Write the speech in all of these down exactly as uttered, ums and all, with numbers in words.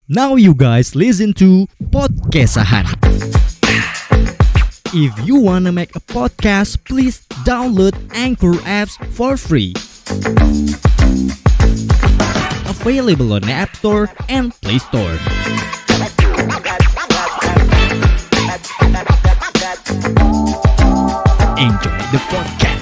Now you guys listen to Podcastahan. If you wanna make a podcast, please download Anchor apps for free. Available on App Store and Play Store. Enjoy the podcast.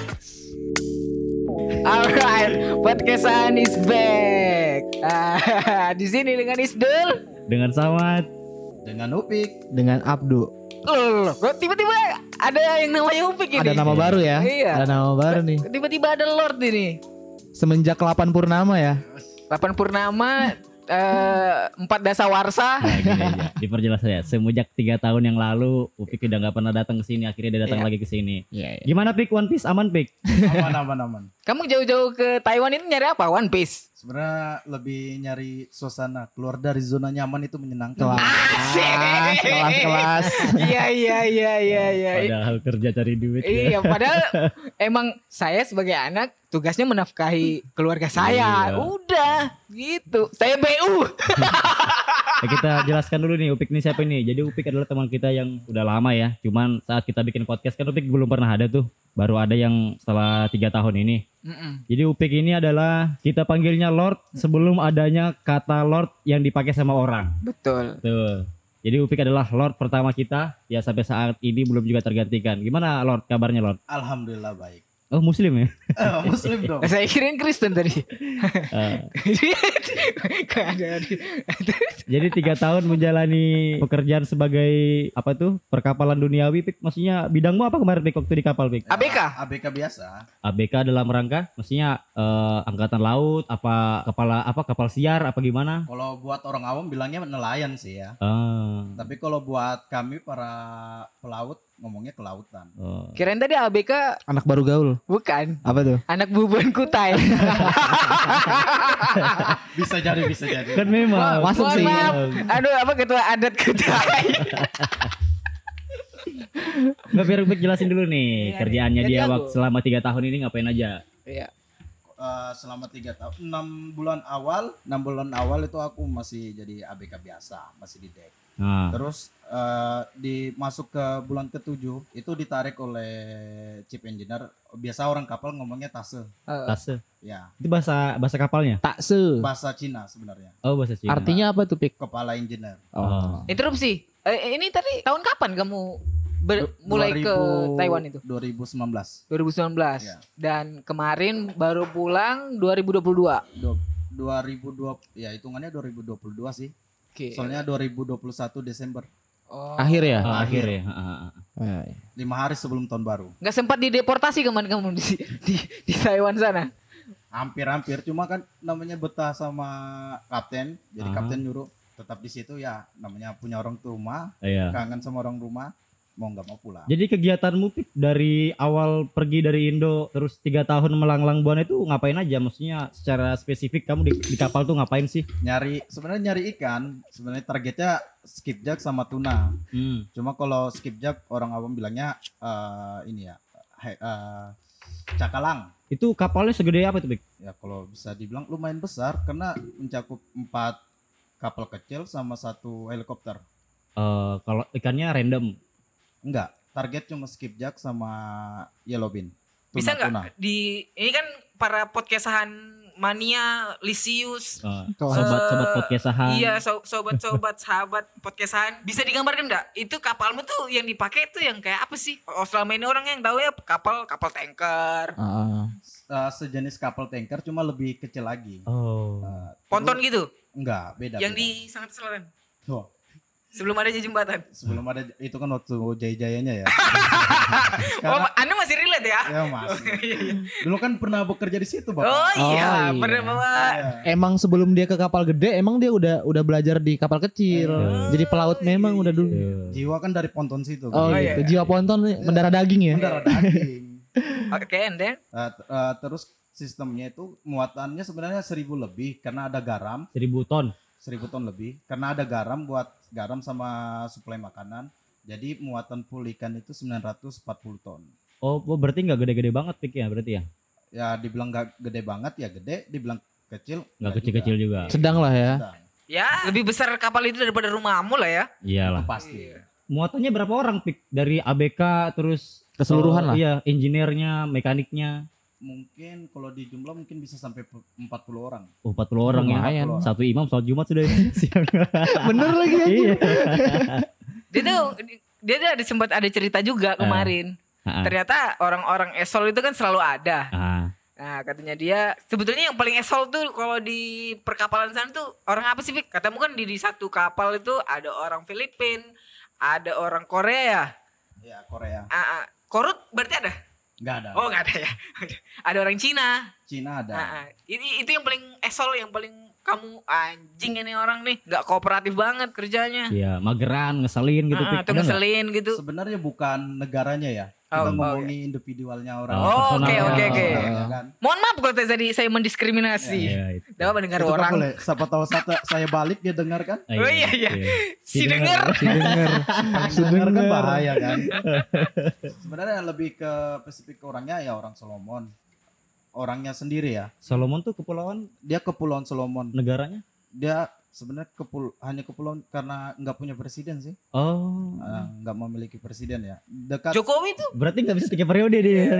Alright, Podcastahan is back. Ah, di sini dengan Isdul, Dengan Samad, dengan Upik, dengan Abdu. Loh, kok tiba-tiba ada yang namanya Upik ini. Ada nama baru ya? Iya. Ada nama baru nih. Tiba-tiba ada Lord ini. Semenjak delapan Purnama ya. delapan Purnama, eh, empat Dasawarsa. Nah, gini aja. Diperjelas ya. Semenjak tiga tahun yang lalu, Upik udah nggak pernah datang ke sini. Akhirnya dia datang Iya. lagi ke sini. Iya. Gimana Pik? One Piece aman Pik? aman aman aman. Kamu jauh-jauh ke Taiwan ini nyari apa? One Piece. Sebenarnya lebih nyari suasana, keluar dari zona nyaman itu menyenangkan. Kelas, kelas, kelas. Iya iya iya iya iya. Padahal kerja cari duit. Iya, padahal emang saya sebagai anak tugasnya menafkahi keluarga saya. Iya. Udah, gitu. Saya B U. Ya, kita jelaskan dulu nih Upik ini siapa nih. Jadi Upik adalah teman kita yang udah lama ya. Cuman saat kita bikin podcast kan Upik belum pernah ada tuh. Baru ada yang setelah tiga tahun ini. Mm-mm. Jadi Upik ini adalah kita panggilnya Lord sebelum adanya kata Lord yang dipakai sama orang. Betul. Tuh. Jadi Upik adalah Lord pertama kita. Ya sampai saat ini belum juga tergantikan. Gimana Lord kabarnya Lord? Alhamdulillah baik. Oh Muslim ya? Eh, Muslim dong. Saya kirain Kristen tadi. Eh, Kok ada di- Jadi tiga tahun menjalani pekerjaan sebagai apa tuh perkapalan duniawi, Pik. Maksudnya bidangmu apa kemarin Pik waktu di kapal Pik? A B K. A B K biasa. A B K dalam rangka, maksudnya eh, angkatan laut, apa kepala apa kapal siar, apa gimana? Kalau buat orang awam bilangnya nelayan sih ya. Ah, Tapi kalau buat kami para pelaut ngomongnya kelautan. oh. Kirain tadi A B K Anak baru gaul. bukan. Apa tuh? Anak bubuan kutai. Bisa jadi, bisa jadi. Kan memang. Masuk Mohon sih. maaf. Aduh, apa ketua adat kutai? Nggak, biar Upik jelasin dulu nih Iya, kerjaannya nih, dia jadi waktu aku. selama tiga tahun ini ngapain aja? Iya. Eh, selama tiga tahun, enam bulan awal, enam bulan awal itu aku masih jadi A B K biasa, masih di deck. Nah, Terus eh, di masuk ke bulan ketujuh itu ditarik oleh chief engineer. Biasa orang kapal ngomongnya tase, Eh, tase. ya Itu bahasa bahasa kapalnya? Tak se. bahasa Cina sebenarnya. Oh, bahasa Cina. Artinya apa tuh, Pik? Kepala engineer. Oh. interupsi. Eh, ini tadi tahun kapan kamu ber- Du- mulai ke dua ribu Taiwan itu? dua ribu sembilan belas. dua ribu sembilan belas. Iya. Dan kemarin baru pulang dua ribu dua puluh dua. Du- dua ribu dua ya hitungannya dua ribu dua puluh dua sih. Oke. Soalnya dua ribu dua puluh satu Desember, Oh. Akhir ya? Oh, akhir ya. Ah, ah, ah. Ah, iya. lima hari sebelum tahun baru. Nggak sempat dideportasi kemana kamu di, di di Taiwan sana? Hampir-hampir, cuma kan namanya betah sama kapten, jadi Ah. kapten nyuruh tetap di situ ya. Namanya punya orang tua rumah, Iya. kangen sama orang rumah, mau nggak mau pulang. Jadi kegiatanmu Pik, dari awal pergi dari Indo terus tiga tahun melanglang buana itu ngapain aja? Maksudnya secara spesifik kamu di, di kapal tuh ngapain sih? Nyari, sebenarnya nyari ikan, sebenarnya targetnya skipjack sama tuna. Hmm. Cuma kalau skipjack orang awam bilangnya eh, ini ya, he- eh, cakalang. Itu kapalnya segede apa tuh Pik? Ya kalau bisa dibilang lumayan besar karena mencakup empat kapal kecil sama satu helikopter. Eh, kalau ikannya random. Enggak, target cuma skipjack sama yellowfin. Tuna, Bisa tuna. nggak di ini kan para podcastahan mania Lisius. Eh, Kelas. sobat-sobat podcastahan. Iya, so- sobat-sobat sahabat podcastahan. Bisa digambarkan enggak? Itu kapalmu tuh yang dipakai tuh yang kayak apa sih? Oh, selama ini orang yang tahu ya kapal kapal tanker. Ah, Eh, sejenis kapal tanker cuma lebih kecil lagi. Oh. Eh, Ponton terus- gitu. Enggak, beda. Yang beda. di Sangat Selatan. Oh, Sebelum adanya jembatan. sebelum ada itu kan waktu jaya-jayanya ya. Oh, Sekarang- Anda masih relate ya? ya mas. Dulu kan pernah bekerja di situ, Bapak. Oh iya, Oh, iya. pernah bawa. Ya. emang sebelum dia ke kapal gede, emang dia udah udah belajar di kapal kecil. Oh, Jadi pelaut memang udah dulu. Tuh. Jiwa kan dari ponton situ. Oh, Bang. iya. gitu. Jiwa ponton nih, mendarah daging ya. Darah daging. Oke, and then Eh, t- eh, terus sistemnya itu muatannya sebenarnya seribu lebih karena ada garam. Seribu ton. Seribu ton lebih karena ada garam buat garam sama suplai makanan. Jadi muatan full ikan itu sembilan ratus empat puluh ton. Oh, oh, berarti nggak gede-gede banget Pik ya berarti ya? Ya dibilang gak gede banget ya gede, dibilang kecil Nggak kecil-kecil juga. Sedang lah ya. Sedang. Ya, lebih besar kapal itu daripada rumahmu lah ya. Iyalah. Pasti. Muatannya berapa orang Pik? Dari A B K terus Keseluruhan eh, lah. Iya, engineer-nya, mekaniknya. Mungkin kalau di jumlah mungkin bisa sampai empat puluh orang. Oh, empat puluh orang ya. Lumayan. Satu imam sholat Jumat sudah siang. Bener lagi ya. Iya. Dia tuh dia tuh ada sempat ada cerita juga kemarin. Ah. Ternyata orang-orang esol itu kan selalu ada. Ah. Nah, katanya dia sebetulnya yang paling esol tuh kalau di perkapalan sana tuh orang apa sih, Fik? Katamu kan di, di satu kapal itu ada orang Filipin, ada orang Korea. Ya, Korea. Ah, ah. Korut berarti ada? Enggak ada. Oh, enggak ada ya. Ada orang Cina. Cina ada. Ah, ah. Ini itu yang paling esol, yang paling kamu anjing ini orang nih, enggak kooperatif banget kerjanya. Iya, mageran, ngeselin gitu Ah, ah, Pik. tuh Ada nggak? ngeselin gitu. Sebenarnya bukan negaranya ya. Oh, Kita oh, ngomongin individualnya orang. Oh, oke personal. oke oke. Ya kan? Mohon maaf kalau tadi saya mendiskriminasi. Iya, itu. Dapat mendengar Itu kan orang. boleh. Siapa tahu satu saya balik dia dengar kan? Ah, Oh iya iya. Si denger. Si denger. Si Dengar kan denger. bahaya kan. Sebenarnya lebih ke spesifik orangnya ya orang Solomon. Orangnya sendiri ya. Solomon tuh kepulauan Dia kepulauan Solomon. negaranya? Dia sebenarnya kepul hanya kepulauan karena nggak punya presiden sih. Oh. Ah, nggak memiliki presiden ya. Dekat Jokowi tuh. Berarti nggak bisa tiga periode dia.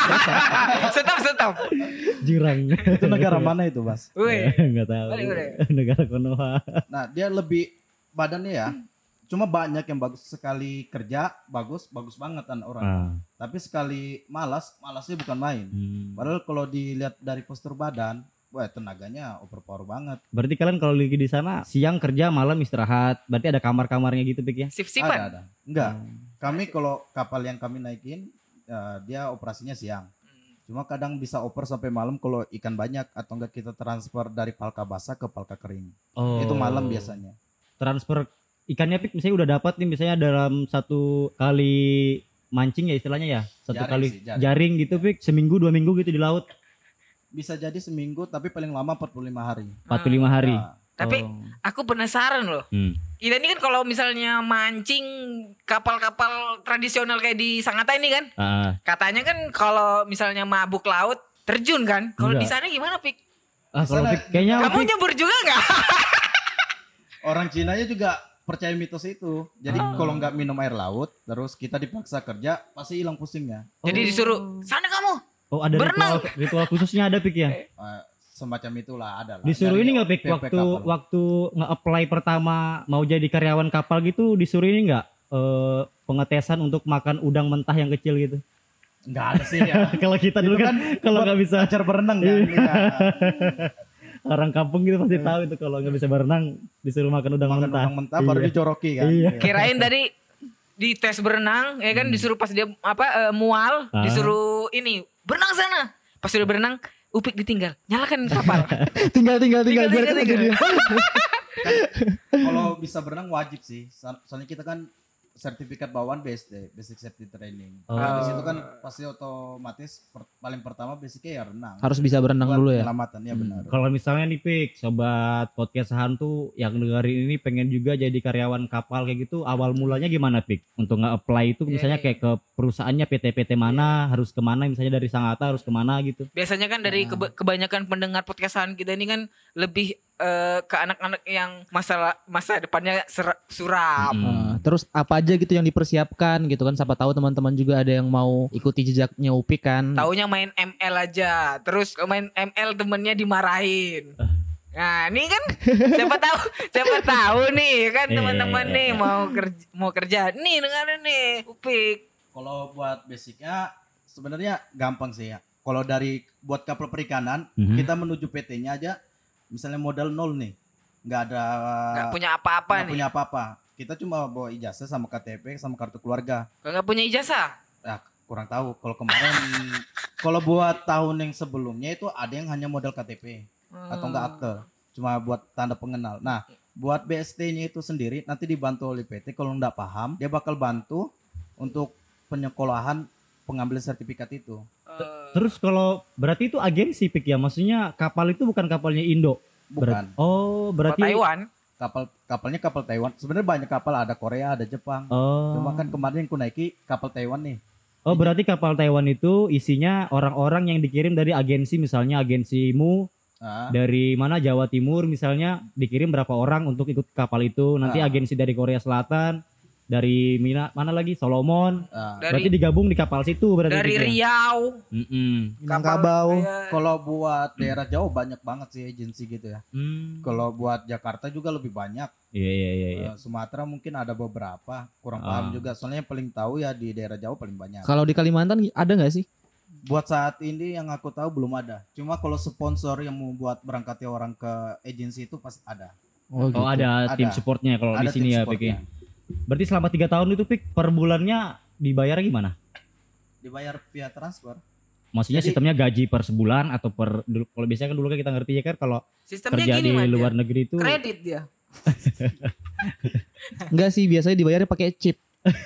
Stop stop. Jurang. itu negara mana itu, Bas? Woi. Enggak tahu. Boleh, boleh. Negara Konoha. Nah, dia lebih badannya ya. Cuma banyak yang bagus sekali kerja, bagus, bagus banget kan orang. Ah. Tapi sekali malas, malasnya bukan main. Hmm. Padahal kalau dilihat dari postur badan, wah tenaganya overpower banget. Berarti kalian kalau lagi di sana siang kerja, malam istirahat. Berarti ada kamar-kamarnya gitu Pik ya? Ada, Sif-sifan. ada. Enggak. Kami kalau kapal yang kami naikin, ya, dia operasinya siang. Cuma kadang bisa oper sampai malam kalau ikan banyak atau enggak kita transfer dari palka basah ke palka kering. Oh. Itu malam biasanya. Transfer ikannya Pik misalnya udah dapat nih misalnya dalam satu kali mancing ya istilahnya ya. Satu Jaring kali sih, jaring. jaring gitu Pik, seminggu dua minggu gitu di laut. Bisa jadi seminggu tapi paling lama empat puluh lima hari. empat puluh lima hari. Nah, Tapi Oh. aku penasaran loh. Hmm. Kita ini kan kalau misalnya mancing kapal-kapal tradisional kayak di Sangatta ini kan, Ah, katanya kan kalau misalnya mabuk laut terjun kan. Kalau di Enggak. sana gimana, Pik? ah kalau Sana- Pik kayaknya Kamu Pik- nyebur juga nggak? Orang Cinanya juga percaya mitos itu. Jadi kalau nggak minum air laut, terus kita dipaksa kerja, pasti hilang pusingnya. Jadi disuruh, sana kamu. Oh ada Berenang. ritual, ritual khususnya ada Pik ya? Eh, semacam itulah ada lah. Disuruh Dari ini nggak Pik P P waktu kapal. waktu nge-apply pertama mau jadi karyawan kapal gitu disuruh ini nggak eh, pengetesan untuk makan udang mentah yang kecil gitu? Nggak ada sih ya. Kalau kita dulu Itu kan kalau buat nggak bisa belajar berenang kan. Iya. orang kampung gitu pasti tahu itu kalau nggak bisa berenang disuruh makan udang Makan mentah. udang mentah baru Iya. dijoroki kan. Iya. Kirain tadi di tes berenang ya kan, disuruh pas dia apa eh, mual, Ah. disuruh ini berenang sana. Pas sudah berenang, Upik ditinggal. Nyalakan kapal. Tinggal tinggal tinggal Tinggal, biarkan tinggal, aja dia. Kalau bisa berenang wajib sih. So- Soalnya kita kan sertifikat bawaan B S T, Basic Safety Training. Oh. Nah, di situ kan pasti otomatis per- paling pertama basicnya ya renang. Harus bisa berenang Buat dulu ya. penyelamatan ya benar. Kalau misalnya nih Pik, sobat podcast hantu yang dengerin ini pengen juga jadi karyawan kapal kayak gitu, awal mulanya gimana Pik? Untuk nge-apply itu misalnya Iya, kayak ke perusahaannya P T P T mana, harus kemana, misalnya dari Sangatta harus kemana gitu. Biasanya kan dari keba- kebanyakan pendengar podcastan kita ini kan lebih eh, ke anak-anak yang masalah masa depannya ser- suram. Mm. Eh, terus apa aja gitu yang dipersiapkan gitu kan, siapa tahu teman-teman juga ada yang mau ikuti jejaknya Upik kan. Taunya main M L aja, terus main M L temennya dimarahin. Nah, ini kan siapa tahu, siapa tahu nih kan Iya, teman-teman iya, nih iya. mau kerja, mau kerja. Nih dengerin nih, Upik. Kalau buat basicnya sebenarnya gampang sih ya. Kalau dari buat kapal perikanan, Mhm. kita menuju P T-nya aja, misalnya modal nol nih, nggak ada, Nggak punya apa-apa nggak nih. punya apa-apa. Kita cuma bawa ijazah sama K T P sama kartu keluarga. Nggak punya ijazah. Ya kurang tahu. Kalau kemarin, kalau buat tahun yang sebelumnya itu ada yang hanya modal K T P atau enggak akte, cuma buat tanda pengenal. Nah, buat B S T-nya itu sendiri nanti dibantu oleh P T. Kalau nggak paham, dia bakal bantu untuk penyekolahan pengambilan sertifikat itu. Eh, Terus kalau berarti itu agensi Pik ya, maksudnya kapal itu bukan kapalnya Indo. Bukan. Berat- oh, kalau berarti Taiwan. Kapal kapalnya kapal Taiwan. Sebenarnya banyak kapal, ada Korea, ada Jepang. Oh. Cuma kan kemarin yang ku naiki kapal Taiwan nih. Oh, berarti kapal Taiwan itu isinya orang-orang yang dikirim dari agensi, misalnya agensimu Ah. Dari mana Jawa Timur misalnya dikirim berapa orang untuk ikut kapal itu. Nanti Ah. agensi dari Korea Selatan, dari Mina, mana lagi Solomon. Ah. Dari- Berarti digabung di kapal situ berarti. Dari tiga. Riau. Mm-mm. Minangkabau. Iya. Kalau buat daerah jauh banyak banget sih agensi gitu ya. Hmm. Kalau buat Jakarta juga lebih banyak. Iya iya iya. iya. Eh, Sumatera mungkin ada beberapa, kurang Ah. paham juga. Soalnya yang paling tahu ya di daerah jauh paling banyak. Kalau di Kalimantan ada nggak sih? Buat saat ini yang aku tahu belum ada. Cuma kalau sponsor yang membuat berangkatnya orang ke agensi itu pasti ada. Oh, Oh ada, Ada. tim supportnya kalau di Ada sini tim ya supportnya. Pik. Berarti selama tiga tahun itu Pik per bulannya dibayar gimana? Dibayar via transfer. Maksudnya Jadi- sistemnya gaji per sebulan atau per dulu- kalau biasanya kan dulu kan kita ngerti ya kan kalau Sistemnya kerja gini di Mas. luar dia. negeri itu Kredit dia. Enggak sih, biasanya dibayarnya pakai chip.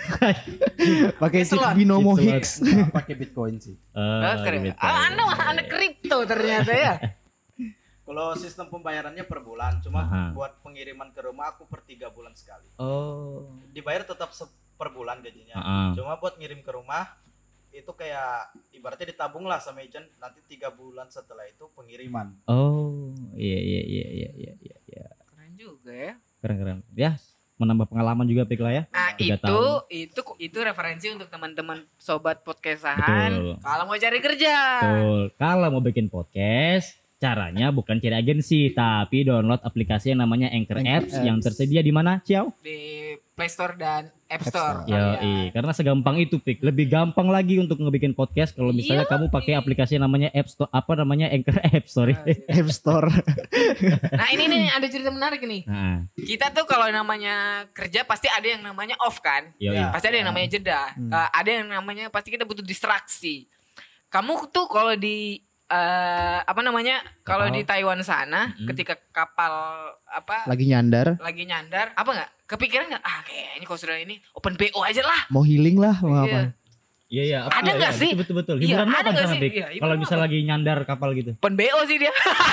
Pakai chip Eselon. Binomo Eselon. Hicks. Nggak pakai Bitcoin sih. eh, Ah, keren. gitu. Ah, anda mah anak kripto ternyata ya. Kalau sistem pembayarannya per bulan, cuma Aha. buat pengiriman ke rumah aku per tiga bulan sekali. Oh. Dibayar tetap se- per bulan gajinya. Ah. Cuma buat ngirim ke rumah itu kayak ibaratnya ditabung lah sama agent, nanti tiga bulan setelah itu pengiriman. Oh, iya iya iya iya iya iya. iya. Keren juga ya. Keren-keren. Ya, menambah pengalaman juga Pik lah ya. Nah Tiga itu tahun. itu itu referensi untuk teman-teman sobat podcastahan Betul. kalau mau cari kerja. Betul. Kalau mau bikin podcast, caranya bukan cari agensi, tapi download aplikasi yang namanya Anchor Anchor Apps Apps. yang tersedia di mana, Ciao? Di Play Store dan App Store. Store. Ya, kalian. iya, karena segampang itu, Pik. Lebih gampang lagi untuk ngebikin podcast kalau misalnya Iya, kamu pakai iya. aplikasi yang namanya App Store, apa namanya Anchor Apps, sorry. Ah, iya. App Store. Nah ini nih ada cerita menarik nih. Nah, Kita tuh kalau namanya kerja pasti ada yang namanya off kan. yo, Ya. Pasti ada yang namanya jeda. Hmm. Eh, ada yang namanya pasti kita butuh distraksi. Kamu tuh kalau di eh, apa namanya? Kalau Kapal. di Taiwan sana Mm-mm. ketika kapal apa Lagi nyandar, lagi nyandar apa nggak? Kepikiran nggak? Ah kayaknya kalau sudah ini open B O aja lah. mau healing lah, mau Iya. apa? Iya, iya. apa- Ada iya, nggak iya, sih? Betul betul. Iya, Hiburan ada apa nggak sana, sih? Pik? Iya, hiburan Kalau bisa apa? lagi nyandar kapal gitu. Open B O sih dia.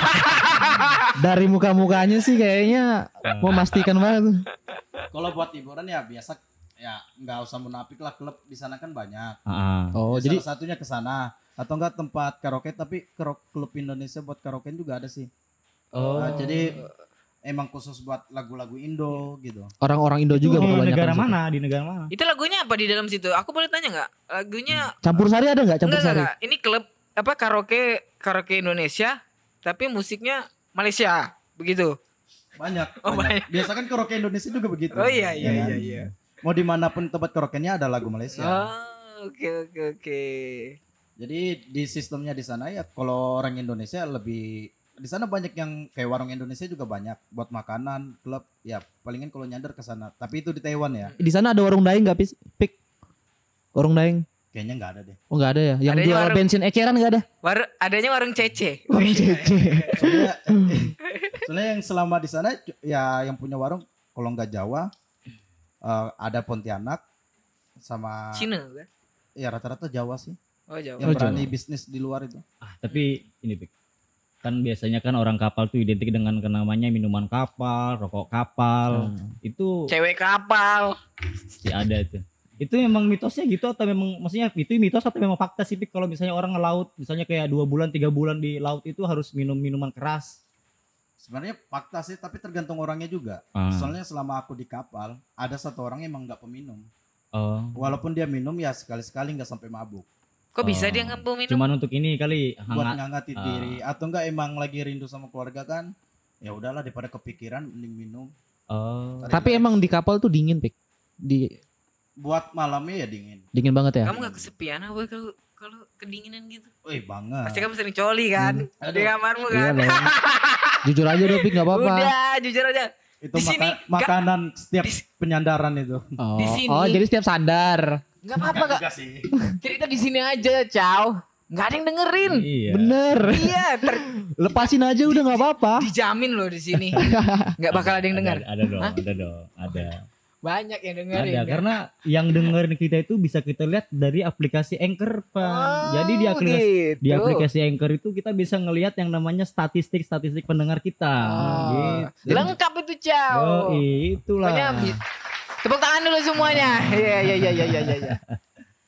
Dari muka-mukanya sih kayaknya memastikan banget tuh. Kalau buat hiburan ya biasa ya nggak usah munafik lah, klub di sana kan banyak. Ah, Oh, Ya, jadi salah satunya ke sana atau enggak tempat karaoke, tapi karo- klub Indonesia buat karaoke juga ada sih. Oh. Nah, jadi emang khusus buat lagu-lagu Indo gitu. orang-orang Indo juga Itu kebanyakan negara situ. mana? Di negara mana? Itu lagunya apa di dalam situ? Aku boleh tanya nggak? Lagunya Campur sari ada nggak campur enggak, sari? enggak, enggak. Ini klub apa karaoke karaoke Indonesia tapi musiknya Malaysia begitu. Banyak, Oh, banyak. Biasa kan karaoke Indonesia juga begitu. Oh iya iya Ya kan? iya iya. Mau dimanapun tempat karaoke-nya ada lagu Malaysia. Oh, oke oke oke. Jadi di sistemnya di sana ya kalau orang Indonesia lebih di sana banyak yang kayak warung Indonesia juga banyak buat makanan, klub ya palingan kalau nyandar ke sana. Tapi itu di Taiwan ya. Di sana ada warung daeng nggak, Pis? Pik? Warung daeng? Kayaknya nggak ada deh. Oh nggak ada ya? Yang Adanya jual warung- bensin eceran nggak ada? War adanya warung Cece. Warung cece. Soalnya, soalnya yang selama di sana ya yang punya warung kalau nggak Jawa eh, ada Pontianak sama Cina kan? ya rata-rata Jawa sih Oh Jawa. yang Oh, berani Jawa. bisnis di luar itu. Ah, tapi ini Pik. Kan biasanya kan orang kapal tuh identik dengan ke namanya minuman kapal, rokok kapal. Itu Cewek kapal. sih ada itu. Itu memang mitosnya gitu atau memang maksudnya itu mitos atau memang fakta sih Pik, kalau misalnya orang ngelaut misalnya kayak dua bulan tiga bulan di laut itu harus minum minuman keras. Sebenarnya fakta sih tapi tergantung orangnya juga. Ah. Soalnya selama aku di kapal ada satu orang yang emang nggak peminum. Oh. Walaupun dia minum ya sekali-sekali nggak sampai mabuk. Kok bisa Oh. dia ngambil minum? Cuman untuk ini kali Buat hangat. ngangatin Ah. diri atau enggak emang lagi rindu sama keluarga kan? Ya udahlah daripada kepikiran mending minum. Oh. Tapi emang di kapal tuh dingin, Pik. Di Buat malamnya ya dingin. dingin banget ya. Kamu gak kesepian apa kalau kalau kedinginan gitu? Wih banget. Pasti kamu sering coli kan? Aduh. Di kamarmu Iya kan? dong. Jujur aja deh, Pik, nggak apa-apa. Udah, jujur aja. Itu Di sini maka- makanan setiap di- penyandaran itu. Oh, Di sini. oh, jadi setiap sadar. Gak apa-apa gak. Enggak sih. Cerita di sini aja, Chow. Gak ada yang dengerin. Iya. Bener. Iya, ter- Lepasin aja udah nggak apa-apa. dijamin loh di sini. Gak bakal ada yang dengar. Ada, ada dong, Hah? ada dong, ada. Banyak yang dengerin. Ada kan? karena yang dengerin kita itu bisa kita lihat dari aplikasi Anchor, Pak. Oh, Jadi di aplikasi gitu. di aplikasi Anchor itu kita bisa ngelihat yang namanya statistik-statistik pendengar kita. Oh, Gitu. lengkap itu, Chow. Oh, itulah. Pokoknya bi- tepuk tangan dulu semuanya. Iya, iya, iya, iya, iya, iya.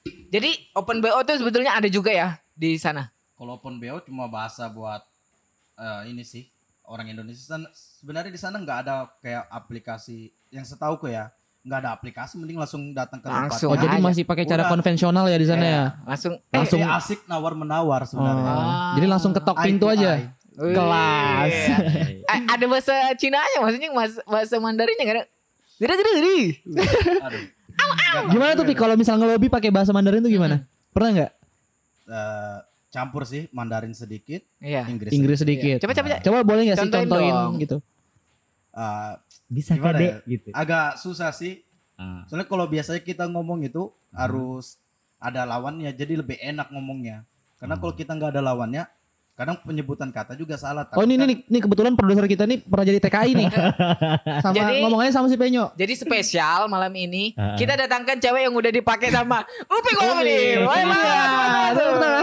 Jadi open B O tuh sebetulnya ada juga ya di sana. Kalau open B O cuma bahasa buat eh, ini sih orang Indonesia sana- sebenarnya di sana nggak ada kayak aplikasi yang setauku ya, nggak ada aplikasi, mending langsung datang ke Langsung. Oh tempatnya. jadi aja. masih pakai cara Udah. konvensional ya di sana ya. Langsung Eh, langsung- dia asik nawar menawar sebenarnya. Oh, jadi langsung ketok Eye pintu to aja. eye. Wih. Kelas. Eh, ada bahasa Cinanya, maksudnya bahasa, bahasa Mandarinnya nggak ada. Jadi jadi jadi. Aduh. Gimana tuh Pik kalau misalnya ngelobi pakai bahasa Mandarin tuh gimana? Pernah nggak? Eh, campur sih, Mandarin sedikit, Iya. Inggris. Inggris Iya. sedikit. Coba coba. Coba boleh nggak sih Contohin contohin dong. gitu? Eh, Bisa Gimana kade ya? gitu. agak susah sih. Ah. Soalnya kalau biasanya kita ngomong itu Hmm. harus ada lawannya, jadi lebih enak ngomongnya. Karena Hmm. kalau kita nggak ada lawannya, kadang penyebutan kata juga salah. Oh Tapi ini kan- nih, nih kebetulan produser kita nih pernah jadi T K I nih. Sama Jadi- ngomongnya sama si Penyo. Jadi spesial malam ini Ah. kita datangkan cewek yang udah dipakai sama Upik malam ini. Upik. Woi, Iya. banget. Tepuk tangan.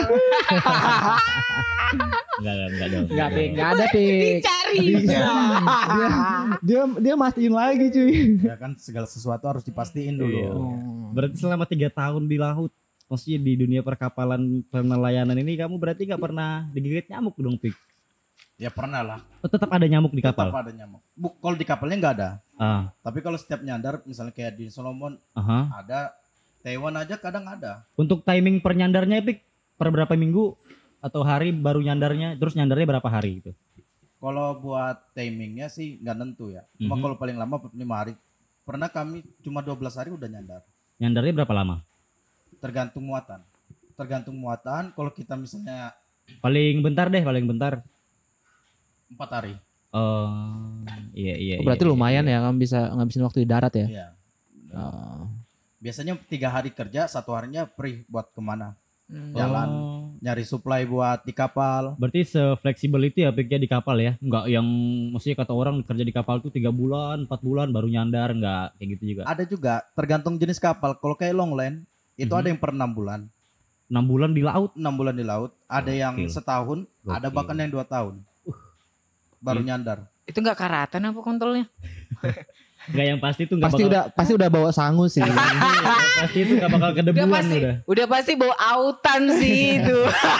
Enggak enggak enggak dong. Enggak Pik, enggak ada Pik. Dicari. dia dia dia mastiin lagi cuy. ya kan segala sesuatu harus dipastiin dulu. Iya. Berarti selama tiga tahun di laut, maksudnya di dunia perkapalan penelayanan ini kamu berarti nggak pernah digigit nyamuk dong, Pik? Ya pernah lah. Oh, tetap ada nyamuk di Tetap kapal. ada nyamuk. Bu, kalau di kapalnya nggak ada. Ah, Tapi kalau setiap nyandar, misalnya kayak di Solomon aha. ada, Taiwan aja kadang ada. Untuk timing pernyandarnya, Pik, per berapa minggu atau hari baru nyandarnya? Terus nyandarnya berapa hari gitu? Kalau buat timingnya sih nggak nentu ya. Cuma Mhm. kalau paling lama lima hari. Pernah kami cuma dua belas hari udah nyandar. Nyandarnya berapa lama? Tergantung muatan. Tergantung muatan. Kalau kita misalnya Paling bentar deh, paling bentar. empat hari. Oh, iya iya. Berarti iya, lumayan iya. ya kamu bisa ngabisin waktu di darat ya. Iya. Oh. Biasanya tiga hari kerja, satu harinya free buat kemana. Hmm. Jalan. Oh, Nyari supply buat di kapal. berarti se-fleksibel itu ya Piknya di kapal ya? Enggak yang maksudnya kata orang kerja di kapal tuh tiga bulan, empat bulan baru nyandar, enggak kayak gitu juga. Ada juga tergantung jenis kapal. Kalau kayak longland itu Mhm. ada yang per enam bulan. enam bulan di laut. enam bulan di laut. Ada yang Gokil. setahun. Ada Gokil. bahkan yang dua tahun. Baru Iya. nyandar. Itu nggak karatan apa kontrolnya? Enggak yang pasti tuh enggak Pasti bakal udah pasti udah bawa sangu sih. pasti itu enggak bakal Udah kedebuan pasti, udah. udah pasti bawa autan sih itu.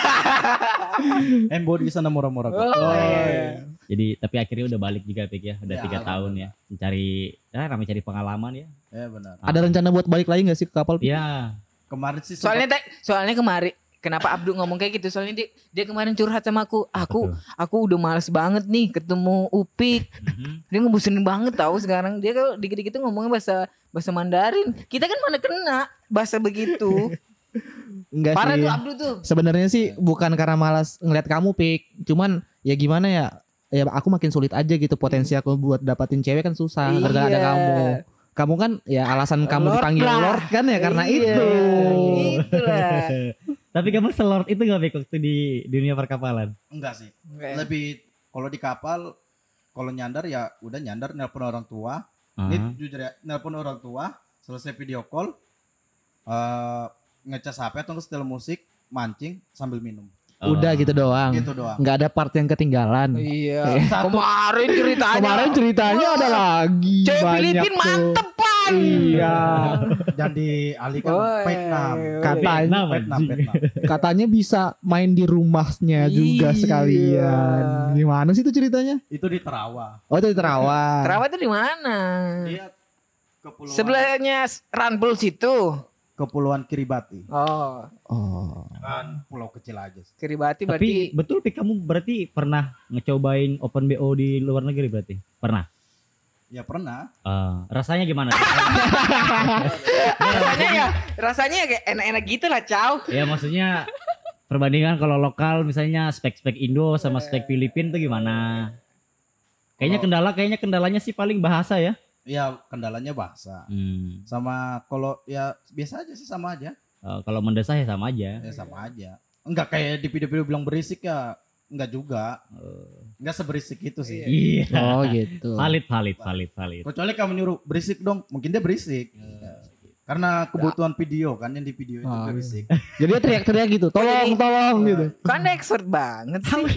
Embody sana murah-murah. kok. Oh, iya. Jadi tapi akhirnya udah balik juga Pik ya, udah Ya, tiga tahun ya, mencari, ya namanya cari pengalaman ya. Ya benar. Ada rencana buat balik lagi nggak sih ke kapal? Ya, Kemarin sih Soalnya te- soalnya kemarin kenapa Abdu ngomong kayak gitu? Soalnya dia, dia kemarin curhat sama aku. Aku tuh? aku udah males banget nih ketemu Upik. Mhm. Dia ngebosenin banget tahu sekarang. Dia kalau dikit-dikit tuh ngomongnya bahasa bahasa Mandarin. Kita kan mana kena bahasa begitu. Enggak Parah sih. tuh Abdu tuh. Sebenarnya sih bukan karena malas ngeliat kamu Pik, cuman ya gimana ya? Ya aku makin sulit aja gitu, potensi aku buat dapatin cewek kan susah gara-gara ada Iya. kamu. Kamu kan ya alasan kamu Lord dipanggil lah. Lord kan ya karena Iya, itu. Itulah. Tapi kamu selord itu gak Pik waktu di dunia perkapalan? enggak sih. Oke. Lebih kalau di kapal kalau nyandar ya udah nyandar nelpon orang tua. Ah. Ini jujur ya, nelpon orang tua, selesai video call, eh ngecas H P atau setel musik, mancing sambil minum. Oh. Udah gitu doang. Gitu doang. Nggak ada part yang ketinggalan. Iya. Satu. Kemarin ceritanya. Kemarin ceritanya Wah, ada lagi. Cewek banyak Filipin tuh. mantep pan. Iya. Dan dialihkan Oh, Vietnam. iya. Katanya Vietnam, Vietnam, anjing. Vietnam. katanya bisa main di rumahnya juga Iya. sekalian. Gimana sih itu ceritanya? Itu di Terawa. Oh itu di Terawang. Terawat itu di mana? Dia kepulauan Sebelahnya Ranbul situ. Kepulauan Kiribati. Oh, Oh. Kan pulau kecil aja sih. Kiribati Tapi berarti betul Pik kamu berarti pernah ngecobain open B O di luar negeri berarti? Pernah? Ya pernah. Ah, rasanya gimana? rasanya ya rasanya ya kayak enak-enak gitu lah, Cow. Ya maksudnya perbandingan kalau lokal misalnya spek-spek Indo sama spek Filipin tuh gimana? Kayaknya Kalau- kendala kayaknya kendalanya sih paling bahasa ya. Ya kendalanya bahasa. Hmm. Sama kalau ya biasa aja sih sama aja. Eh, kalau mendesah ya sama aja. Ya sama aja. Enggak kayak di video-video bilang berisik ya. Enggak juga. Enggak seberisik itu sih. Iya. Oh gitu. Valid, valid, valid, valid. Kecuali kamu nyuruh berisik dong, mungkin dia berisik. Ya. Karena kebutuhan video kan yang di video itu Ah, berisik. Jadi dia teriak-teriak gitu. Tolong, Jadi- tolong gitu. Kan expert banget sih.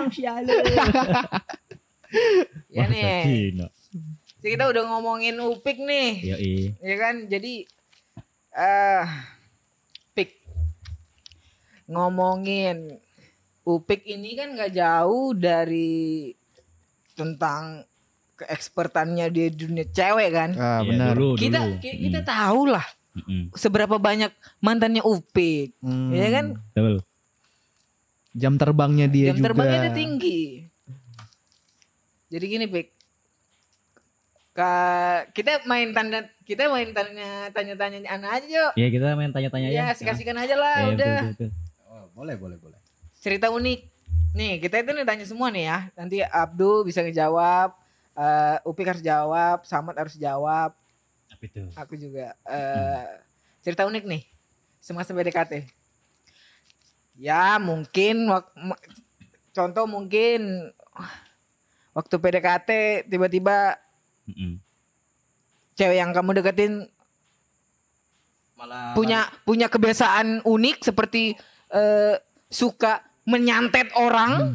Ya Bahasa nih. Cina. Jadi kita udah ngomongin Upik nih. Yoi. Ya kan? Jadi eh Pik ngomongin Upik ini kan nggak jauh dari tentang keekspertannya di dunia cewek kan. Ah, Iya, benar. dulu, kita dulu. ki- kita Mm, tahu lah mm, mm. seberapa banyak mantannya Upik, Hmm. ya kan? Betul. Jam terbangnya dia Jam juga. terbangnya dia tinggi. Jadi gini Pik, Ka- kita main tanda kita main tanya tanya tanya anak aja yuk. Iya kita main tanya-tanya Ya, ya. kasih-kasihkan aja lah, Iya, udah. betul, betul, betul. Oh, boleh boleh boleh. Cerita unik. Nih, kita itu nih tanya semua nih ya. Nanti Abdul bisa ngejawab, eh Upik harus jawab, Samad harus jawab, Apa itu? aku juga. Eh cerita unik nih. Semasa P D K T. Ya, mungkin wak- m- contoh mungkin waktu P D K T tiba-tiba Mm-mm. cewek yang kamu deketin Malah punya punya kebiasaan unik seperti eh, suka menyantet orang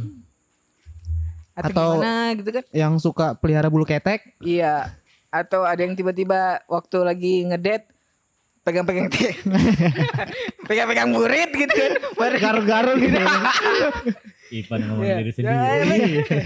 atau, Atau- gimana gitu kan. Yang suka pelihara bulu ketek. Iya, atau ada yang tiba-tiba waktu lagi ngedate pegang-pegang te- pegang-pegang burit gitu kan. Baru- Garuk-garuk gitu. Ipan ngomong Iya. diri Ya, sendiri.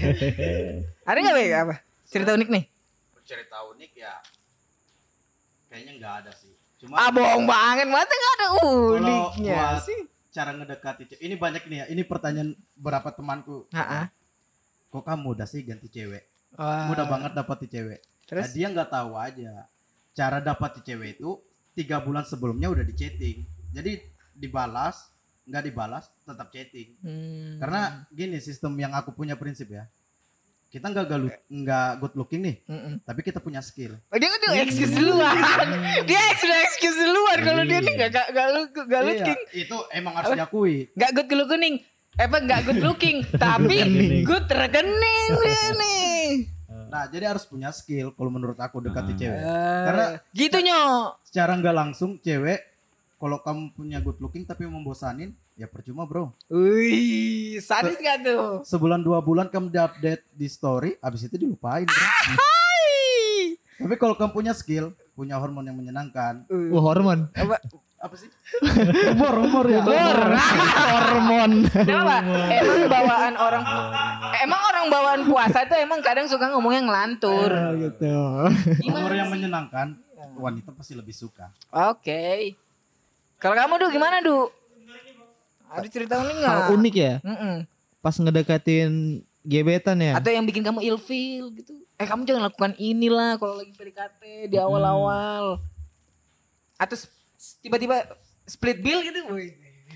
Ada nggak Bek, apa cerita unik nih? cerita unik ya. Kayaknya nggak ada sih. Cuma Ah bohong banget, masa nggak ada uniknya buat sih? cara ngedekati cewek. Ini banyak nih ya. Ini pertanyaan beberapa temanku. Ah, Kok kamu mudah sih ganti cewek? ah. Mudah banget dapati cewek. Terus? Nah, dia nggak tahu aja. Cara dapati cewek itu tiga bulan sebelumnya udah di chatting. Jadi dibalas, nggak dibalas, tetap chatting. Hmm. Karena gini sistem yang aku punya prinsip ya. Kita nggak galu, nggak good looking nih, Mm-mm. tapi kita punya skill. Oh, dia udah excuse duluan. Dia sudah excuse duluan kalau dia nih gak gak gak lu- gak Iya, looking, itu emang harus diakui. gak good looking. Eh apa gak good looking, tapi Rekening. good rekening dia nih. Nah, jadi harus punya skill kalau menurut aku dekati Ah. cewek. Karena Karena gitu nyo. secara nggak langsung cewek kalau kamu punya good looking tapi membosanin, ya percuma, Bro. Wih, sadis gak tuh? Sebulan dua bulan kamu di-update di story, habis itu dilupain, Bro. Hai. Tapi kalau kamu punya skill, punya hormon yang menyenangkan, Wah, hormon. Apa? apa sih? Humor, humor ya. Hormon. Kenapa? Emang bawaan orang Emang orang bawaan puasa tuh emang kadang suka ngomongnya ngelantur. Gitu. Humor yang menyenangkan, wanita pasti lebih suka. Oke. Kalau kamu Du gimana Du? Ada cerita unik nggak? Hal unik ya. Mm-mm. Pas ngedekatin gebetan ya. Atau yang bikin kamu ilfeel gitu. Eh kamu jangan lakukan inilah kalau lagi P D K T di awal-awal. Atau s- tiba-tiba split bill gitu. Wih.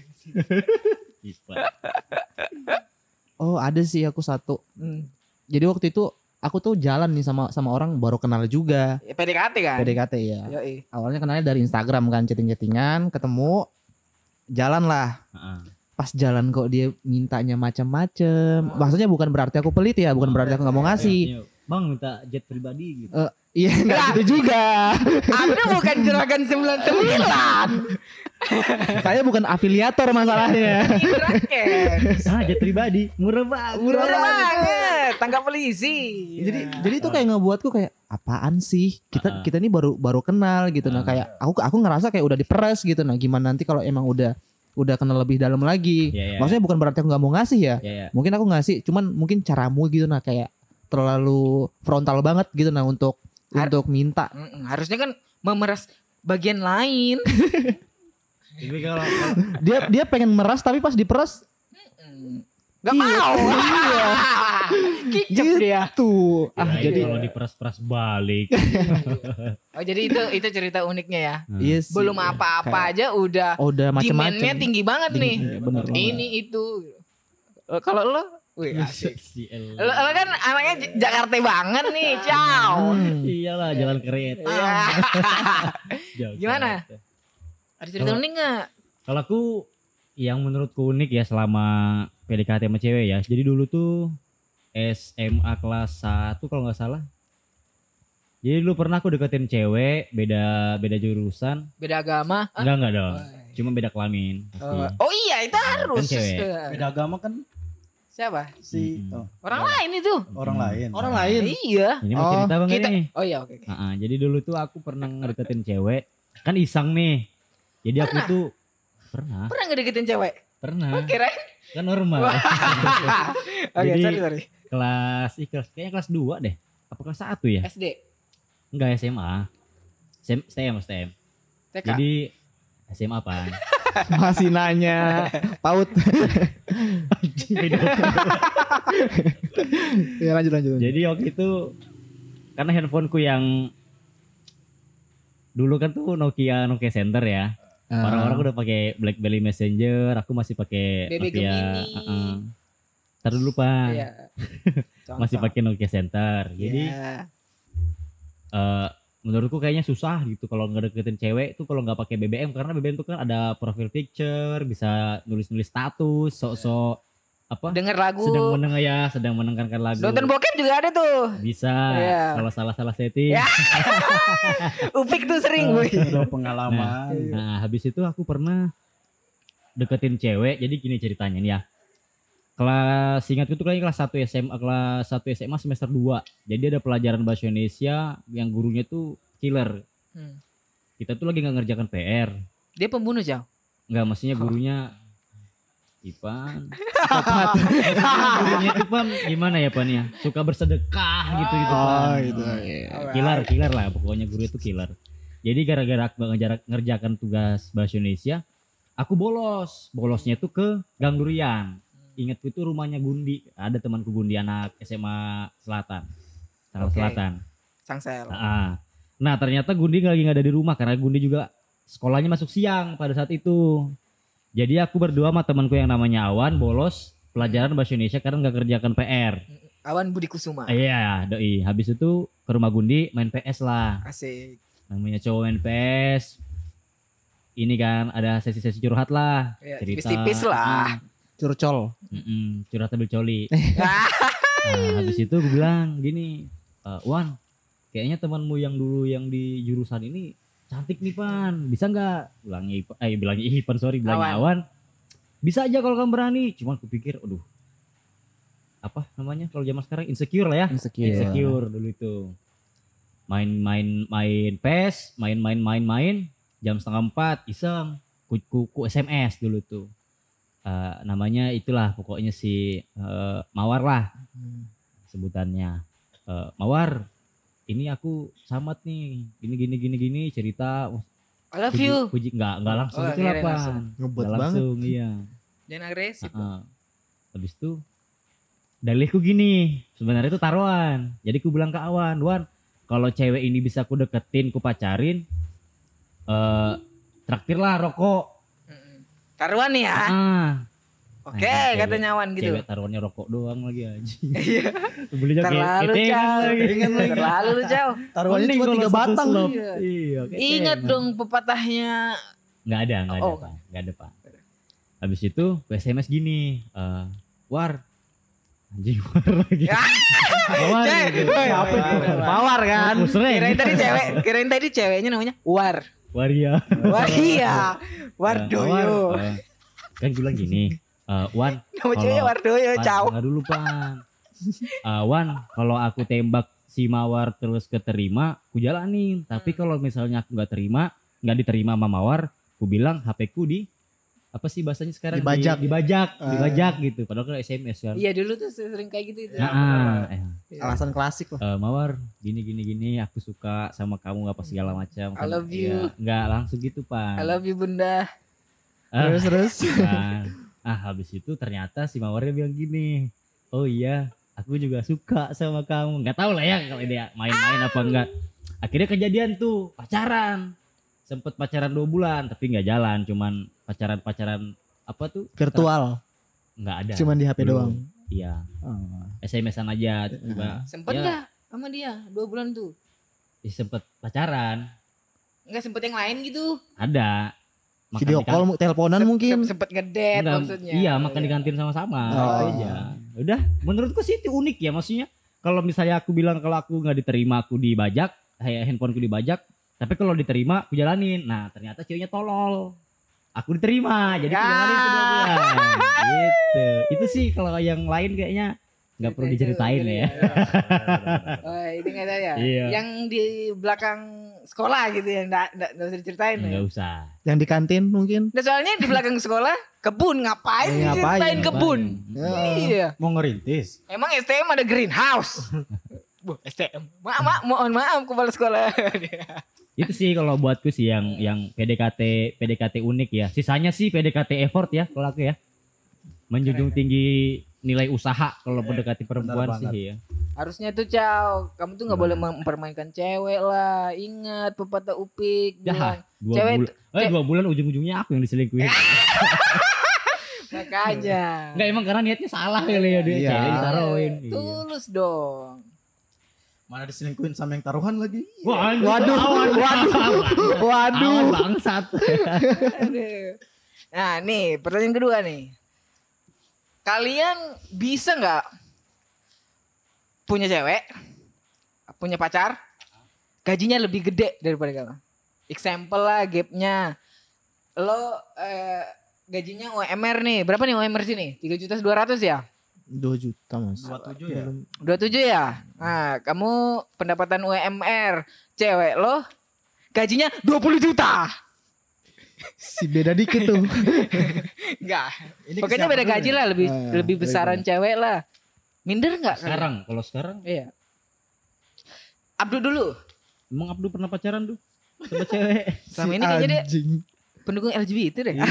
Ipan. Oh, ada sih aku satu. Hmm. Jadi waktu itu aku tuh jalan nih sama sama orang baru kenal juga. Ya, P D K T kan? P D K T ya. Yoi. Awalnya kenalnya dari Instagram kan, chatting-chattingan, ketemu, jalan lah. Heeh. Pas jalan kok dia mintanya macam-macam. Maksudnya bukan berarti aku pelit ya, bukan berarti aku nggak mau ngasih. Iya, Bang minta jet pribadi gitu. Eh, Iya nggak gitu juga. Anda bukan juragan sembilan puluh sembilan. Saya bukan afiliator masalahnya. Ini Draken. Ah, jet pribadi, murah banget. Murah banget. Tangkap polisi. Jadi jadi itu kayak ngebuatku kayak apaan sih? Kita Ah. kita ini baru baru kenal gitu. Nah, Ah. kayak aku aku ngerasa kayak udah diperes gitu. Nah, gimana nanti kalau emang udah udah kenal lebih dalam lagi. Iya, iya. Maksudnya bukan berarti aku nggak mau ngasih ya. Ya, ya. Mungkin aku ngasih, cuman mungkin caramu gitu nah kayak terlalu frontal banget gitu nah untuk Har- untuk minta. Mm-mm, harusnya kan memeras bagian lain. Tapi kalau kalau- Dia dia pengen meras tapi pas diperas Gak Iya. mau. Iya. Kicep dia. gitu. Ah, kirain jadi kalau diperas-peras balik. Oh jadi itu itu cerita uniknya ya. iya sih. Belum apa-apa Kayak- aja udah Oh, udah macam-macam. demand-nya tinggi banget nih. Iya, bener banget. Ini itu. Eh, Kalau lo, wih asik. Si El. Lo, lo kan anaknya J- Jakarta banget nih, ciao. Hmm. Iyalah jalan kereta. Iya. Jauh Gimana? kereta. Ada cerita Kalau- unik nggak? Kalau aku yang menurutku unik ya selama P D K T sama cewek ya. Jadi dulu tuh S M A kelas satu kalau nggak salah. Jadi dulu pernah aku deketin cewek beda beda jurusan. Beda agama? Ah, Enggak enggak dong. Cuma beda kelamin pasti. Oh, oh iya itu harus. Kan cewek. Beda agama kan Siapa? si Mm-mm. oh, Orang lain itu. orang lain. Orang lain. Iya. Ini mau Oh, cerita bang Kita. nih. Oh iya oke. oke. Heeh, jadi dulu tuh aku pernah ngedeketin cewek. Kan iseng nih. Jadi aku Pernah? tuh pernah, Pernah nggak deketin cewek? pernah. Oh, kirain Kan normal. Oke, Jadi, sorry sorry. kelas, ih, kelas kayaknya kelas dua deh. Apa kelas satu ya? S D, Enggak S M A. S M, S T M, S T M. T K. Jadi S M A apaan? Masih nanya paut. Ya lanjut lanjut. Jadi waktu itu karena handphoneku yang dulu kan tuh Nokia Nokia Center ya. Ah. Orang-orang udah pakai BlackBerry Messenger, aku masih pakai B B Nokia. Gemini. Heeh. Ntar dulu Pak. Iya. Masih pakai Nokia Center. Jadi Iya. eh, menurutku kayaknya susah gitu kalau ngedeketin cewek tuh kalau nggak pakai B B M, karena B B M tuh kan ada profile picture, bisa nulis-nulis status, sok-sok apa? Denger lagu. Sedang mendengar ya, sedang mendengarkan lagu. Nonton bokep juga ada tuh. Bisa. Iya. Kalau salah-salah setting. Ya. Upik tuh sering, boy. Udah pengalaman. Nah, habis itu aku pernah deketin cewek. Jadi gini ceritanya nih ya. Kelas singkatku tuh kayaknya kelas satu S M A, kelas satu S M A semester dua. Jadi ada pelajaran bahasa Indonesia yang gurunya tuh killer. Hmm. Kita tuh lagi nggak ngerjakan P R. Dia pembunuh, Jauh. Enggak, maksudnya gurunya Ipan. Maksudnya gurunya Ipan gimana ya Pan ya? Suka bersedekah gitu-gitu Oh Pan. gitu. Killer, killer lah pokoknya, guru itu killer. Jadi gara-gara aku ngejar- ngerjakan tugas bahasa Indonesia, aku bolos. Bolosnya tuh ke Gang Durian. Ingatku itu rumahnya Gundi. Ada temanku Gundi anak S M A Selatan. Tangerang Oke. Selatan. Sangsel. Ah. Nah ternyata Gundi lagi nggak ada di rumah karena Gundi juga sekolahnya masuk siang pada saat itu. Jadi aku berdua sama temanku yang namanya Awan bolos pelajaran bahasa Indonesia karena nggak kerjakan P R. Awan Budi Kusuma. Iya, doi. Habis itu ke rumah Gundi main P S lah. Asik. Namanya cowok main P S. Ini kan ada sesi-sesi curhat lah. Ya, Cerita. tipis-tipis lah. Curcol. Mm-mm, curhat sambil coli. Ah, Nah, habis itu gue bilang gini, "Eh, Wan, kayaknya temanmu yang dulu yang di jurusan ini cantik nih Pan, bisa nggak?" Bilangnya Ipan, eh bilangnya Ipan sorry, bilangnya Awan. Bisa aja kalau kamu berani. Cuman aku pikir, aduh, apa namanya kalau zaman sekarang insecure lah ya. Insecure. Insecure dulu itu. Main-main main P E S, main-main main-main, jam setengah empat iseng, ku, ku, ku S M S dulu tuh. Eh, namanya itulah pokoknya si eh, Mawar lah sebutannya. Eh, Mawar, ini aku samat nih, gini gini gini gini cerita. I love Puji- you. puji nggak nggak langsung Oh, itu kirain apa? langsung. Ngebet Nggak banget. langsung iya. Jangan agresif. Heeh. Habis itu dalihku gini, sebenarnya itu taruhan. Jadi ku bilang ke Awan, Wan, kalau cewek ini bisa ku deketin, ku pacarin, eh traktir lah rokok. Mm-mm. Taruhan nih ya. Ah, Oke, Nah, katanya Awan gitu. cewek taruhannya rokok doang lagi aja. Iya. Belinya kayak Terlalu ketengan jauh. lagi. Terlalu lu jauh. Taruhannya Mending cuma kalau tiga satu batang. slop. Iya. Iya, Ingat ketengan. dong pepatahnya. Nggak ada, nggak ada Oh. Pak, nggak ada Pak. Habis itu gue S M S gini, eh, War, anjing War lagi. Ya. Mawar Cek, gitu. woi, Apa itu? Mawar kan. Oh, sering. Kirain tadi cewek, kirain tadi ceweknya namanya War. Waria. Wah iya. Eh, Wardoyo. Mawar, eh, kan gue bilang gini, eh, Wan, Nama ceweknya kalau- Wardoyo, Pan, Cao. dengar dulu Pan. Eh, Wan, kalau aku tembak si Mawar terus keterima, ku jalanin. Tapi Hmm. kalau misalnya aku nggak terima, nggak diterima sama Mawar, ku bilang H P ku di apa sih bahasanya sekarang Dibajak. Di- dibajak, Ah. dibajak gitu. Padahal kan S M S kan. Iya dulu tuh sering kayak gitu itu. Nah, ah, eh, Alasan klasik lah. eh, Mawar, gini gini gini, aku suka sama kamu apa segala macam. I love you. Ya, nggak langsung gitu Pan. I love you Bunda. Ah, Terus terus. kan. Ah habis itu ternyata si Mawarnya bilang gini, oh iya aku juga suka sama kamu. Nggak tahu lah ya kalau dia main-main apa enggak. Akhirnya kejadian tuh pacaran, sempet pacaran dua bulan tapi nggak jalan, cuman pacaran-pacaran apa tuh Virtual. nggak ada. Cuman di H P Belum. doang. Iya, Oh. S M S-an aja. Coba. Sempet ya, nggak sama dia dua bulan tuh? ya sempet pacaran, Nggak sempet yang lain gitu? ada. Makan Video di kan- call mu- teleponan Sep- mungkin. sep- Sempet ngedate Enggak, maksudnya. Iya, makan di kantin sama-sama Oh. itu aja. Udah, menurutku sih itu unik ya, maksudnya kalau misalnya aku bilang kalau aku nggak diterima aku dibajak, kayak handphoneku dibajak, tapi kalau diterima aku jalanin. Nah, ternyata ceweknya tolol. Aku diterima, jadi aku Ya. jalanin itu dua bulan. Gitu. Itu sih kalau yang lain kayaknya nggak perlu Itu- diceritain itu- ya. Oh itu nggak tahu ya. Iya. Yang di belakang sekolah gitu ya, enggak enggak usah diceritain ya. Enggak usah. Yang di kantin mungkin. Nah, soalnya di belakang sekolah kebun ngapain Eh, ngapain, diceritain kebun? Ya. Iya. Mau ngerintis. Emang S T M ada greenhouse? Bu, S T M. Maaf, maaf, mohon maaf kepala sekolah. Itu sih kalau buatku sih yang yang P D K T P D K T unik ya. Sisanya sih P D K T effort ya kalau aku ya. Menjunjung tinggi nilai usaha kalau mendekati perempuan benar sih ya. Harusnya tuh Caw, kamu tuh nggak boleh mempermainkan cewek lah. Ingat pepatah Upik bilang, Dah, dua cewek bulan. Eh, dua bulan ujung-ujungnya aku yang diselingkuhin. makanya. Enggak emang karena niatnya salah kali ya dia Iya. cewek ditaruhin. Iya. Tulus dong. Mana diselingkuhin sama yang taruhan lagi. Waduh, Waduh, waduh, waduh. Awan bangsat. Aduh. Nah nih pertanyaan kedua nih. Kalian bisa nggak punya cewek, punya pacar, gajinya lebih gede daripada kamu? Example lah gapnya. Lo eh, gajinya U M R nih, berapa nih U M R sini? tiga juta dua ratus ya? dua juta mas. dua puluh tujuh ya. dua puluh tujuh ya? Nah kamu pendapatan U M R, cewek lo gajinya dua puluh juta. Si beda dikit tuh. Enggak. Ini Pokoknya ke siapa beda dulu gaji ya? lah, lebih Ah, lebih baik, besaran cewek lah. Minder nggak? Sekarang, kalau sekarang Iya. Abdu dulu. emang Abdu pernah pacaran tuh sama cewek. Selama ini kayaknya dia Anjing. pendukung L G B T deh.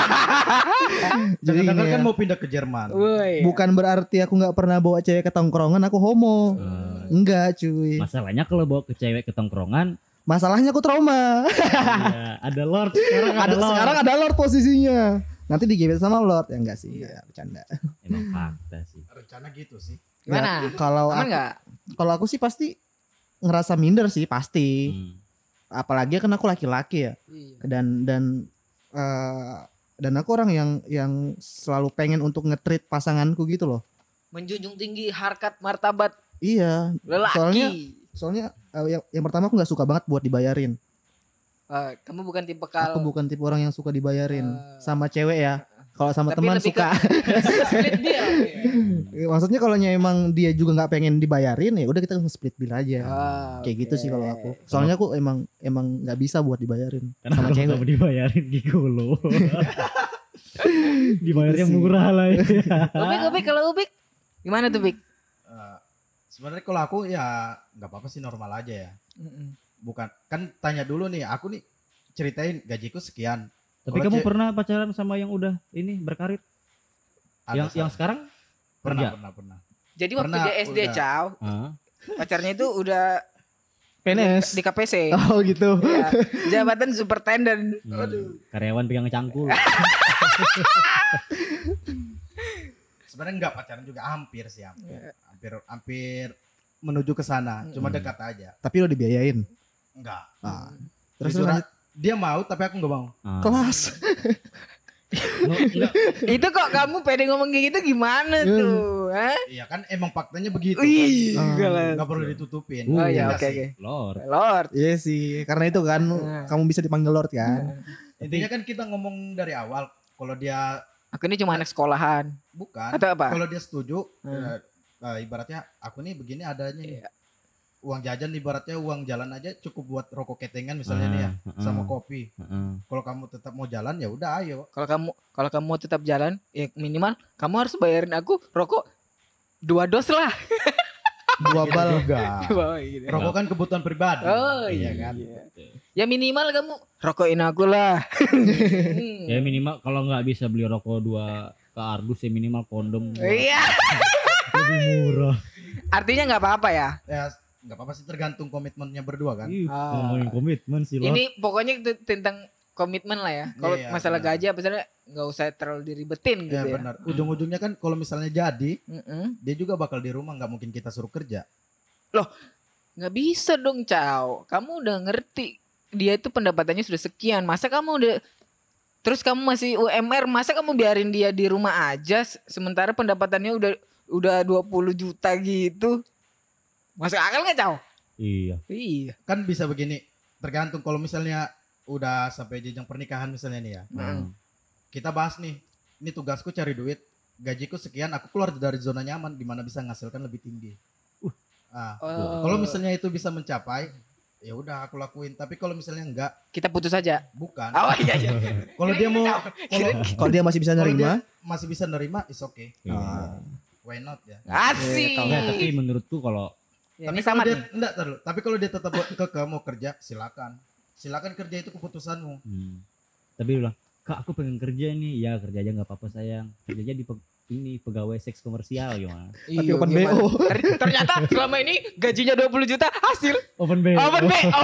Jadi Jangan-jangan gini kan ya, mau pindah ke Jerman. Woi. bukan berarti aku nggak pernah bawa cewek ke tongkrongan aku homo. Enggak cuy. Masalahnya kalau bawa ke cewek ke tongkrongan, Masalahnya aku trauma. ya, ada Lord sekarang ada, ada Lord. sekarang ada Lord posisinya. Nanti digebet sama Lord ya enggak sih? Enggak, bercanda. Emang fakta sih. Rencana gitu sih. Gimana? Kalau Aman aku, nggak? kalau aku sih pasti ngerasa minder sih pasti. Hmm. Apalagi kan aku laki-laki ya. Iya. Dan dan eh, dan aku orang yang yang selalu pengen untuk nge-treat pasanganku gitu loh. Menjunjung tinggi harkat martabat Iya. lelaki. Soalnya soalnya eh, yang, yang pertama aku nggak suka banget buat dibayarin. Eh, kamu bukan tipe Aku kalau bukan tipe orang yang suka dibayarin Eh. sama cewek ya. Kalau sama Tapi teman lebih suka. split dia. Maksudnya kalau emang dia juga nggak pengen dibayarin ya udah kita split bill aja. Ah, Kayak gitu oke. sih kalau aku. Soalnya aku emang emang nggak bisa buat dibayarin Karena sama kalau cewek. kamu dibayarin gigolo. Dibayarnya Gitu sih. murah lah ya. Ubik, Ubik, kalau Ubik gimana tuh Ubik? Eh, sebenarnya kalau aku ya nggak apa-apa sih, normal aja ya. Bukan kan tanya dulu nih, aku nih ceritain gajiku sekian. Tapi Kalau kamu ce- pernah pacaran sama yang udah ini berkarir? Ada yang satu. yang sekarang? pernah kerja? pernah pernah. Jadi waktu Pernah, dia S D udah. Caw, Ah. pacarnya itu udah P N S. di K P C. Oh gitu. Iya, jabatan superintendent. Hmm. Karyawan pegang cangkul. Sebenarnya nggak pacaran juga, hampir sih hampir. Iya. Hampir hampir menuju ke sana, cuma Hmm. dekat aja. Tapi lo dibiayain. Enggak. Ah. Terus Jujur, lanjut dia mau tapi aku nggak mau. Ah. kelas. Nggak- nggak- Itu kok kamu pede ngomong kayak gitu gimana Hmm. tuh? Hah? Iya kan emang faktanya begitu. Wih, Ah. enggak lah. Nggak perlu ditutupin. Oh Iya ya, nggak oke sih? oke. Lord. Lord. Iya sih, karena itu kan Nah. kamu bisa dipanggil Lord kan. Intinya kan kita ngomong dari awal, kalau dia Aku ini cuma anak sekolahan. bukan, Atau apa? kalau dia setuju, Hmm. eh, eh, ibaratnya aku nih begini adanya nih. Iya. Uang jajan ibaratnya uang jalan aja cukup buat rokok ketengan misalnya Ah, nih ya, ah, sama ah, kopi. ah. Kalau kamu tetap mau jalan ya udah ayo. Kalau kamu kalau kamu mau tetap jalan, ya minimal kamu harus bayarin aku rokok dua dos lah. Dua Gitu bal. juga. Oh, gitu. Rokok kan kebutuhan pribadi. Oh iya iya kan. Ya minimal kamu rokokin aku lah. Hmm. Ya minimal kalau nggak bisa beli rokok dua kardus ya minimal kondom. dua. Iya. Lebih murah. Artinya nggak apa-apa ya. Ya nggak apa-apa sih, tergantung komitmennya berdua kan. Ih, Ah. ngomongin komitmen sih Lord. Ini pokoknya itu tentang komitmen lah ya. Kalau Iya, masalah benar. gaji apa misalnya nggak usah terlalu diribetin gitu Ya ya. benar. Ujung-ujungnya kan kalau misalnya jadi, Mm-mm. dia juga bakal di rumah, nggak mungkin kita suruh kerja. Nggak bisa dong, Caw. Kamu udah ngerti dia itu pendapatannya sudah sekian. Masa kamu udah terus kamu masih U M R, masa kamu biarin dia di rumah aja se- sementara pendapatannya udah udah dua puluh juta gitu. Masuk akal nggak, Caw? Iya. Iya. Kan bisa begini, tergantung kalau misalnya udah sampai jenjang pernikahan misalnya nih ya. Mm. Kita bahas nih, ini tugasku cari duit, gajiku sekian, aku keluar dari zona nyaman di mana bisa menghasilkan lebih tinggi. Ah, Oh. kalau misalnya itu bisa mencapai, ya udah aku lakuin. Tapi kalau misalnya enggak, Kita putus aja. bukan. Oh iya iya. Kalau dia mau, kalau Kalau dia masih bisa kalau nerima, dia masih bisa nerima, is okay. Iya. ah, Why not ya? Asik. Enggak, tapi menurutku kalau Ya, Tapi ini kalau sama dia nih. enggak terlalu. Tapi kalau dia tetap buat keke mau kerja, silakan. Silakan kerja, itu keputusanmu. hmm, tapi dia bilang, "Kak, aku pengen kerja nih." Ya, kerja aja enggak apa-apa sayang. Kerja aja di pe- ini pegawai seks komersial gimana? tapi Iya, open gimana? B O. Ter- Ternyata selama ini gajinya dua puluh juta hasil Open B. open B O.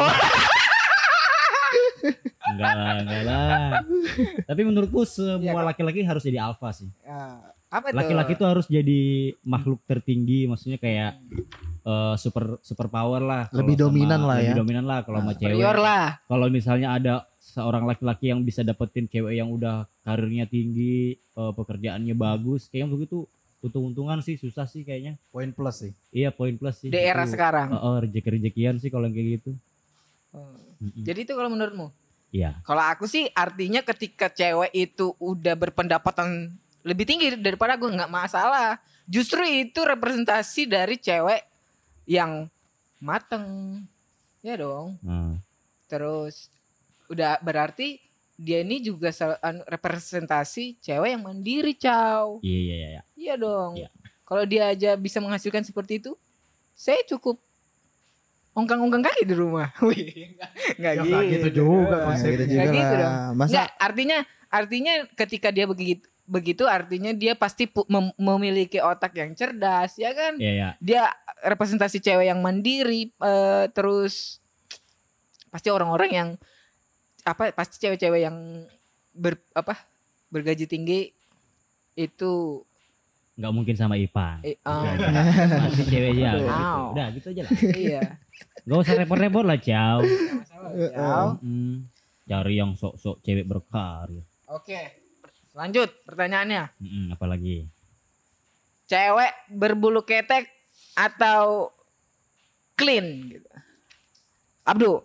Enggak lah, enggak lah. Tapi menurutku Iya, semua Kak. laki-laki harus jadi alfa sih. Ya, apa tuh? Laki-laki tuh harus jadi makhluk tertinggi, maksudnya kayak eh, super super power lah. kalau Lebih sama- dominan lah lebih ya. dominan lah kalau sama cewek. superior lah. Kalau misalnya ada seorang laki-laki yang bisa dapetin cewek yang udah karirnya tinggi, eh, pekerjaannya bagus, kayaknya begitu untung-untungan sih, susah sih kayaknya. Poin plus sih. Iya, poin plus sih. Di era Itu, sekarang. eh, eh, rezeki-rezekian sih kalau yang kayak gitu. Oh. Mm-mm. Jadi itu kalau menurutmu? Iya. Kalau aku sih artinya ketika cewek itu udah berpendapatan lebih tinggi daripada gue nggak masalah. Justru itu representasi dari cewek yang mateng, ya dong. Nah, Terus udah berarti dia ini juga sal- anu, representasi cewek yang mandiri, Caw. iya iya iya. Iya dong. Iya. Kalau dia aja bisa menghasilkan seperti itu, saya cukup ongkang-ongkang kaki di rumah. Wih, nggak nggak Ya, gitu. nggak gitu juga Nah, konsepnya. gitu Kayak juga gitu lah. dong. Masa Nggak, artinya artinya ketika dia begitu begitu artinya dia pasti pu- mem- memiliki otak yang cerdas, ya kan? Iya iya. Dia representasi cewek yang mandiri, eh, terus pasti orang-orang yang apa pasti cewek-cewek yang ber apa bergaji tinggi itu Nggak mungkin sama Ipan. eh, oh, Pasti cewek aja. Gitu. Wow. Udah gitu aja lah. iya. Gak usah repot-repot lah, Ciao. Ciao. Hmm, cari yang sok-sok cewek berkarir. Oke. Lanjut pertanyaannya. Hmm, apalagi? Cewek berbulu ketek atau clean gitu. Abdu.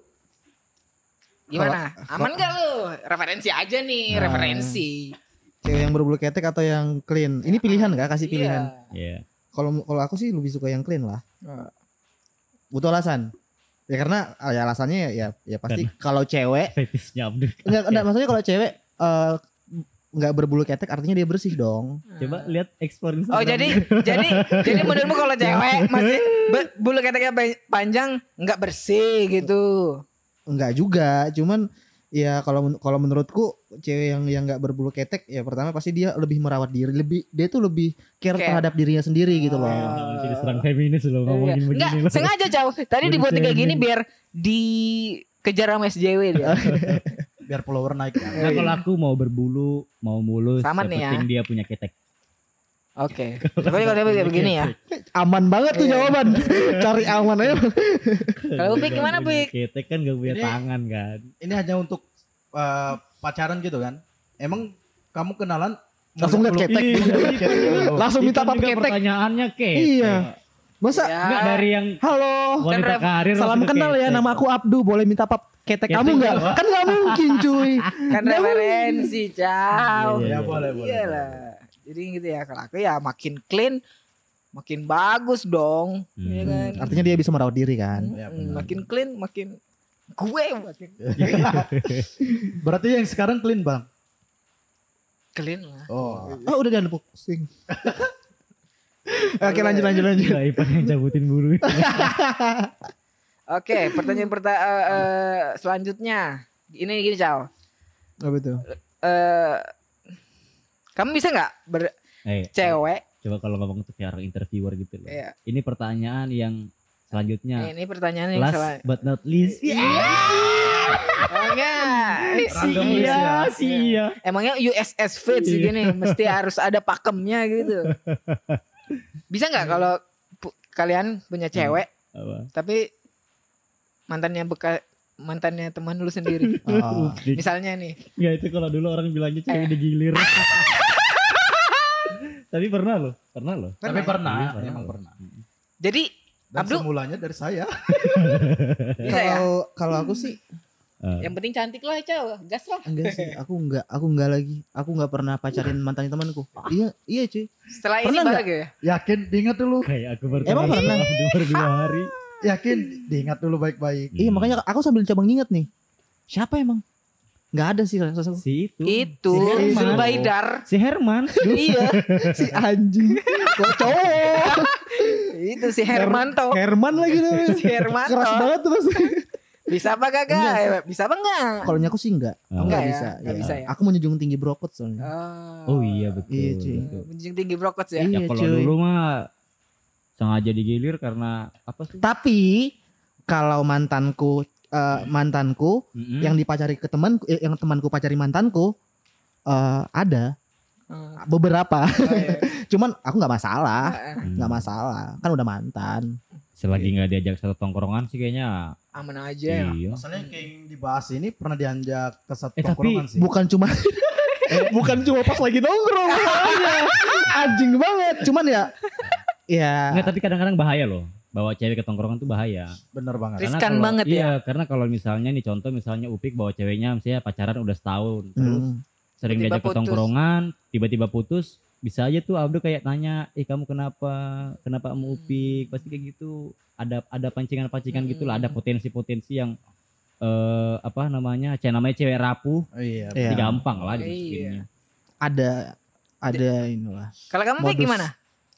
Gimana? Aman gak lu? Referensi aja nih, Nah. referensi. cewek yang berbulu ketek atau yang clean? Ini pilihan gak? Kasih pilihan. Iya. Kalau kalau aku sih lebih suka yang clean lah. Iya. Butuh alasan. Ya karena ah, ya alasannya ya ya, ya pasti kalau cewek Fetisnya Abdul. enggak enggak maksudnya kalau cewek eh, nggak berbulu ketek artinya dia bersih dong. Coba lihat explore Instagram. Oh jadi jadi jadi menurutmu kalau cewek masih be- bulu keteknya pa- panjang nggak bersih gitu? Enggak juga, cuman ya kalau men- kalau menurutku cewek yang yang nggak berbulu ketek ya pertama pasti dia lebih merawat diri, lebih dia tuh lebih care Care. terhadap dirinya sendiri gitu loh. Nah, jadi serang feminis loh ngomongin Iya. begini Nggak, loh. sengaja Caw. Tadi dibuat kayak gini biar dikejar sama S J W dia. Biar follower naik. kan. Nah, kalau aku mau berbulu, mau mulus, Sama yang nih ya. penting dia punya ketek. Oke. Pokoknya kalau dia kayak begini ya. Aman banget tuh Iya. jawaban. Cari aman aja. Kalau Pik gimana Punya Pik? Ketek kan gak punya Ini- tangan kan. Ini hanya untuk eh, pacaran gitu kan. Emang kamu kenalan Langsung lihat ketek. Iya. Langsung minta Itu pap juga ketek. pertanyaannya ketek. Iya. Masa Ya. Enggak dari yang halo, wanita Kan ref- karir salam langsung ke kenal ya, ketek. nama aku Abdu, boleh minta pap ketek Ketek kamu nggak? apa? Kan nggak mungkin cuy. Kan referensi Caw. Iya, Ya boleh boleh. Iyalah. Jadi gitu ya kalau aku ya makin clean makin bagus dong. Hmm. Iya kan? Hmm, artinya dia bisa merawat diri kan. Ya, Mm, benar. makin clean makin gue makin Berarti yang sekarang clean bang. clean lah. Oh. Oh udah jangan pusing. Oke lanjut lanjut lanjut. Enggak, Ipan yang cabutin bulu. Oke, pertanyaan perta- eh, eh, selanjutnya. Ini gini, Caw. Apa itu? Eh, kamu bisa nggak ber Eh, cewek? coba kalau ngomong tuh kayak orang interviewer gitu loh. Iya. Ini pertanyaan yang selanjutnya. Ini pertanyaan yang Last salah. but not least. Emangnya, Random list Iya, ya. sia. emangnya U S S Fit sih Iya. gini, mesti harus ada pakemnya gitu. Bisa nggak kalau pu- kalian punya cewek, Apa? tapi mantannya bekas mantannya teman lu sendiri. Oh. Misalnya nih, Enggak, itu kalau dulu orang bilangnya Eh. cewek digilir. Tapi pernah loh, pernah loh. Tapi pernah, Pernah, emang pernah. pernah. jadi Dan Abdu? semulanya dari saya. bisa ya. Kalau kalau aku sih Eh, Yang penting cantik lah, Caw. Gas lah. enggak sih, aku enggak, aku enggak lagi. Aku enggak pernah pacarin mantan temanku. Iya, iya cuy. Setelah ini Pernah baru nggak? ya. Yakin diingat dulu. kayak aku baru Emang kenal pernah? sama dia baru dua hari. yakin diingat dulu baik-baik. Iya makanya aku sambil coba nginget nih. Siapa emang? Nggak ada sih rasa Si itu. Itu Si Herman. Zulbaidar. Si Herman. Iya. si anjing. Kok cowok? Itu si Hermanto. Herman lagi namanya. Si Hermanto. Keras banget tuh pasti. Bisa apa kagak? Enggak. Eh, Bisa apa enggak? Kalau aku sih enggak. Oh. Enggak Enggak ya? bisa. Enggak Iya. bisa ya? Aku menjunjung tinggi brokot soalnya. Oh iya betul. Iya, cuy. betul. Menjunjung tinggi brokot ya. Ya Iya, kalau cuy. dulu mah sengaja digilir karena apa sih? Tapi kalau mantanku eh, mantanku Mm-mm. yang dipacari ke temanku eh, yang temanku pacari mantanku eh, ada Hmm. beberapa. Oh, iya. Cuman aku nggak masalah, Hmm. nggak masalah. Kan udah mantan. Selagi nggak diajak satu tongkrongan sih kayaknya. Aman aja ya. Iya. Masalahnya kayak yang dibahas ini pernah dianjak ke satu Eh, tapi tongkrongan sih. Bukan cuma bukan cuma pas lagi nongkrong soalnya. Anjing banget. Cuman ya ya Nggak, tapi kadang-kadang bahaya loh. Bawa cewek ke tongkrongan tuh bahaya. Bener banget. Riskan kalau- banget ya. Iya, karena kalau misalnya nih contoh misalnya Upik bawa ceweknya misalnya pacaran udah setahun, terus Hmm. sering Tiba-tiba diajak ke putus. tongkrongan, tiba-tiba putus, bisa aja tuh Abdo kayak tanya, "Eh, kamu kenapa? Kenapa kamu Upik?" Pasti kayak gitu. Ada ada pancingan-pancingan Hmm. gitu lah, ada potensi-potensi yang eh apa namanya? Cewek namanya cewek rapuh, Oh, iya. Iya. pasti gampang lah Iya. dimasukinnya. ada ada inilah. Kalau kamu Pik, Modus. gimana?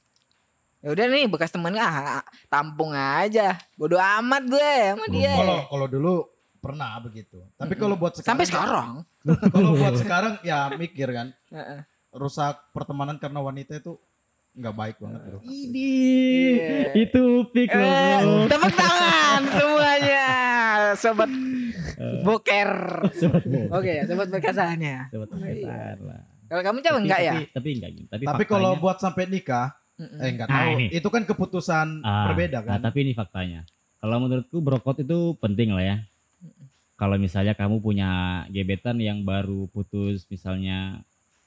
Ya udah nih bekas temen ah, tampung aja. Bodoh amat gue sama dia. Kalau kalau dulu pernah begitu. Tapi kalau buat sekarang Sampai sekarang. Kalau buat sekarang ya mikir kan, Heeh. rusak pertemanan karena wanita itu nggak baik banget bro. Ini Iya. itu Upik loh. Eh, bro. tepuk tangan semuanya, sobat boker. Sobat Bo. Oke ya, sobat berkasannya. Sobat Kaisar lah. Kalau kamu coba Tapi- enggak ya? Tapi, tapi enggak gitu. Tapi, Tapi kalau faktanya- buat sampai nikah, Mm-mm. eh nggak Nah, tahu. ini. Itu kan keputusan Ah, berbeda Nah, kan. tapi ini faktanya. Kalau menurutku brokot itu penting lah ya. Kalau misalnya kamu punya gebetan yang baru putus misalnya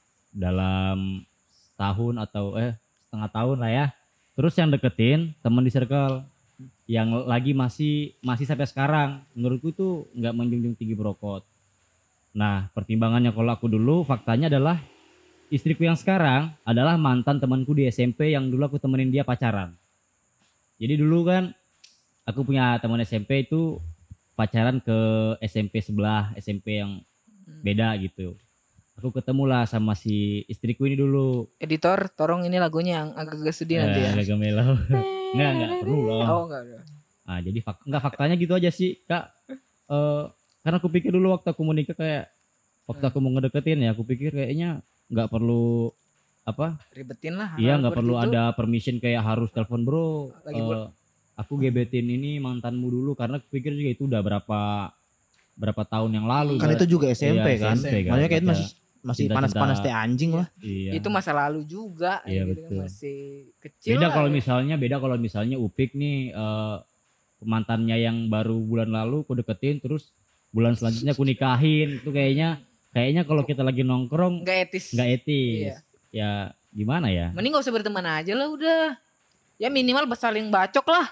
dalam tahun atau eh setengah tahun lah ya. Terus yang deketin teman di circle yang lagi masih masih sampai sekarang, menurutku itu nggak menjunjung tinggi brokot. Nah, pertimbangannya kalau aku dulu faktanya adalah istriku yang sekarang adalah mantan temanku di S M P yang dulu aku temenin dia pacaran. Jadi dulu kan aku punya teman S M P itu pacaran ke S M P sebelah, S M P yang beda gitu. Aku ketemulah sama si istriku ini dulu. Editor, tolong ini lagunya yang agak-agak sedih nanti ya. Eh, agak melau. Enggak, enggak perlu loh. Oh enggak ada. Nah, jadi fak enggak faktanya gitu aja sih, Kak. Eh karena aku pikir dulu waktu aku mau nikah kayak waktu aku mau ngedeketin ya, aku pikir kayaknya nggak perlu apa? Ribetin lah. Iya, hal nggak perlu seperti itu. ada permission kayak harus telepon bro. Lagi eh, ber- aku gebetin ini mantanmu dulu karena aku pikir juga itu udah berapa berapa tahun yang lalu. Kan udah- itu juga S M P Iya, kan. S M P kan. Makanya kayak Baca- masih masih cinta-cinta. panas-panas teh anjing lah. Iya. Itu masa lalu juga. Iya, gitu kan, betul. masih kecil. Beda lah. kalau misalnya beda kalau misalnya Upik nih eh, mantannya yang baru bulan lalu aku deketin terus bulan selanjutnya aku nikahin itu kayaknya kayaknya kalau kita lagi nongkrong Nggak etis. nggak etis. Iya. Ya gimana ya? Mending gak usah berteman aja lah udah. Ya minimal saling bacok lah.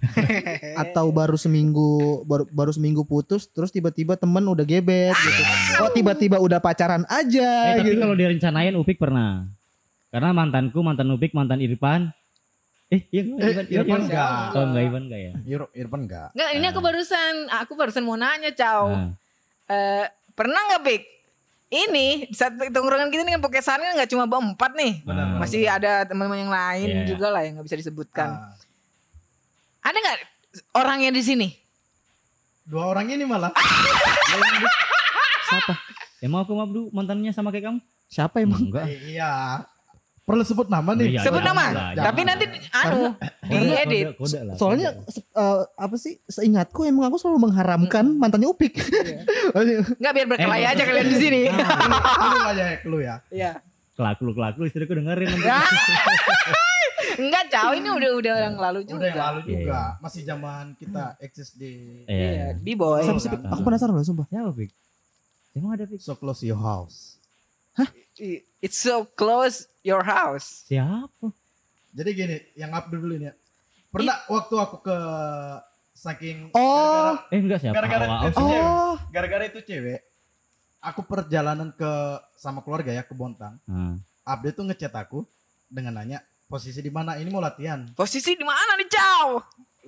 Atau baru seminggu baru, baru seminggu putus terus tiba-tiba temen udah gebet gitu. Kok tiba-tiba udah pacaran aja Eh tapi gitu. kalau direncanain Upik pernah. Karena mantanku mantan Upik mantan Irfan. Eh iya nggak? Eh, Irfan, Irfan Irfan. enggak. Oh enggak Irfan enggak ya? Ir- Irfan enggak. Nggak, ini aku barusan, aku barusan mau nanya, Caw. Nah, Eh, pernah nggak, Pik? Ini di saat tongkrongan kita nih kan pokesannya nggak cuma berempat nih. Benar, benar, Masih benar. ada teman-teman yang lain Iya. juga lah yang nggak bisa disebutkan. Ah, Ada nggak orangnya di sini? dua orang ini malah. Siapa? emang aku Mabdu mantannya sama kayak kamu? Siapa emang? Enggak. Eh, Iya. Perlu sebut nama nih. Iya, Sebut jangan nama. lah, Tapi jangan. nanti anu diedit. Kode- kode lah, Soalnya kode. se- eh, apa sih seingatku emang aku selalu mengharamkan mantannya Upik. Nggak biar berkelahi Eh, aja kalian di sini. Lu aja ya, lu ya. Iya. kelaku kelaku istriku dengerin nanti. Ya. Enggak, Caw, ini udah udah yang lalu juga. Udah yang lalu Iya, juga. Masih zaman kita eksis di Iya. Iya, B-boy. Siapa sih, Pik? Aku penasaran loh sumpah. Siapa Pik? Emang ada Pik? So Close Your House. It's so close your house. Siapa? Jadi gini, yang Abdul dulu ini ya. Pernah waktu aku ke saking Oh. Eh enggak siapa? Gara-gara Awal- itu cewek. Oh, gara-gara itu cewek, aku perjalanan ke sama keluarga ya ke Bontang. Nah, Abdul tuh ngechat aku dengan nanya posisi di mana, ini mau latihan. Posisi di mana nih, Caw?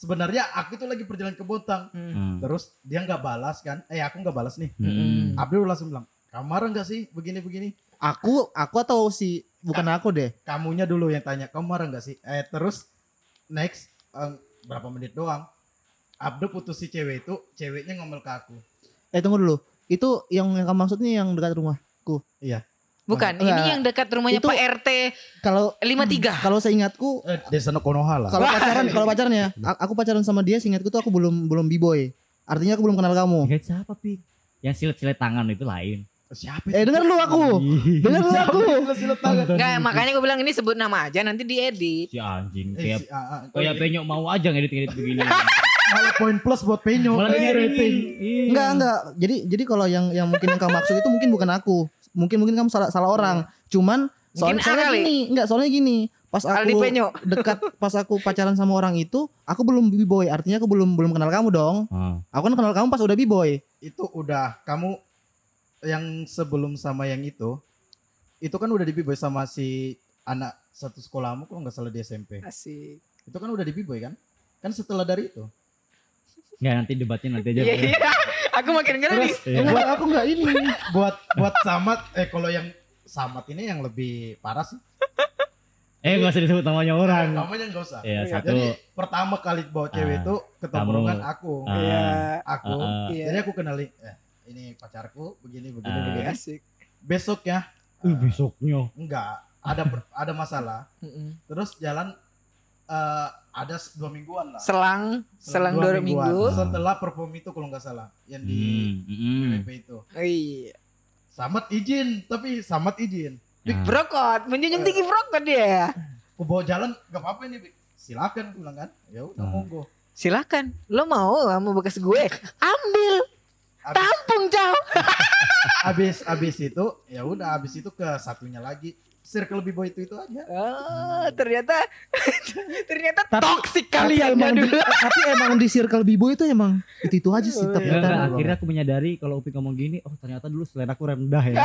sebenarnya aku tuh lagi perjalanan ke Bontang. Hmm. Terus dia nggak balas kan? Eh aku nggak balas nih. Hmm. Abdul langsung bilang, kamu marah nggak sih begini-begini? Aku aku atau si bukan aku deh. Kamunya dulu yang tanya, kamu marah nggak sih? Eh terus next em, berapa menit doang, Abdul putus si cewek itu, ceweknya ngomel ke aku. Eh tunggu dulu. Itu yang yang kamu maksudnya yang dekat rumahku. Iya. Bukan, Enggak. ini yang dekat rumahnya Itu- Pak R T Kalau lima puluh tiga. kalau seingatku Eh, Desa Konoha lah. kalau pacaran kalau pacaran ya, a- aku pacaran sama dia seingatku tuh aku belum belum b-boy. Artinya aku belum kenal kamu. Lihat siapa Pik? Yang silet-silet tangan itu lain. Siapa Eh dengar lu aku. Dengar lu aku. Silat tangan. Enggak, makanya gue bilang ini sebut nama aja nanti diedit. Si anjing Eh, kayak si, ah, ah, kayak penyok mau aja ngedit-ngedit begini. malah poin plus buat Penyo. Malah Eh, dia rating. rating. Iya. Enggak enggak. Jadi jadi kalau yang yang mungkin yang kamu maksud itu mungkin bukan aku. Mungkin mungkin kamu salah salah orang. Cuman soalnya, Mungkin A soalnya kali. gini, enggak soalnya gini. Pas Aldi aku Penyo. dekat pas aku pacaran sama orang itu, aku belum b-boy. Artinya aku belum belum kenal kamu dong. Ah. Aku kan kenal kamu pas udah b-boy. Itu udah kamu yang sebelum sama yang itu, itu kan udah di B-boy sama si anak satu sekolahmu kalau nggak salah di S M P. Asik. Itu kan udah di B-boy kan? Kan setelah dari itu. Nggak, nanti debatnya nanti aja. Iya, iya. Aku makin ngeri nih. Iya. Enggak, aku enggak ini. Buat buat Samat, eh kalau yang Samat ini yang lebih parah sih. Eh nggak usah disebut namanya orang. Namanya nggak usah. Iya, satu. Jadi pertama kali bawa cewek Ah, itu ke tongkrongan kamu. aku. Ah. Iya. Aku. Ah, ah. Iya. Jadi aku kenali, eh, ini pacarku begini begini Ah. begini. Asik. Besoknya Uh, besoknya. enggak ada per- ada masalah. Mm-mm. Terus jalan eh, ada s- dua mingguan lah. Selang selang dua mingguan. minggu. Setelah perform itu kalau nggak salah yang di Hmm, hmm. W P itu. Oh, iya. Samat izin, tapi Samat izin. Nah. Brokot, menjunjung tinggi brokot dia. Aku bawa jalan nggak apa-apa ini, Bik. Silakan aku bilang kan. Ya udah Hmm. monggo. Silakan. Lo mau sama bekas gue? Ambil. Abis, Tampung, Cow. abis abis itu ya udah abis itu ke satunya lagi. Circle B-boy itu itu aja. Oh, ternyata ternyata Tapi- toksik Tapi kalian emang di, dulu. tapi emang di circle b-boy itu emang itu itu aja sih. Tapi Enggak, kita- enggak, akhirnya aku menyadari kalau Upik ngomong gini, oh ternyata dulu selera aku rendah ya.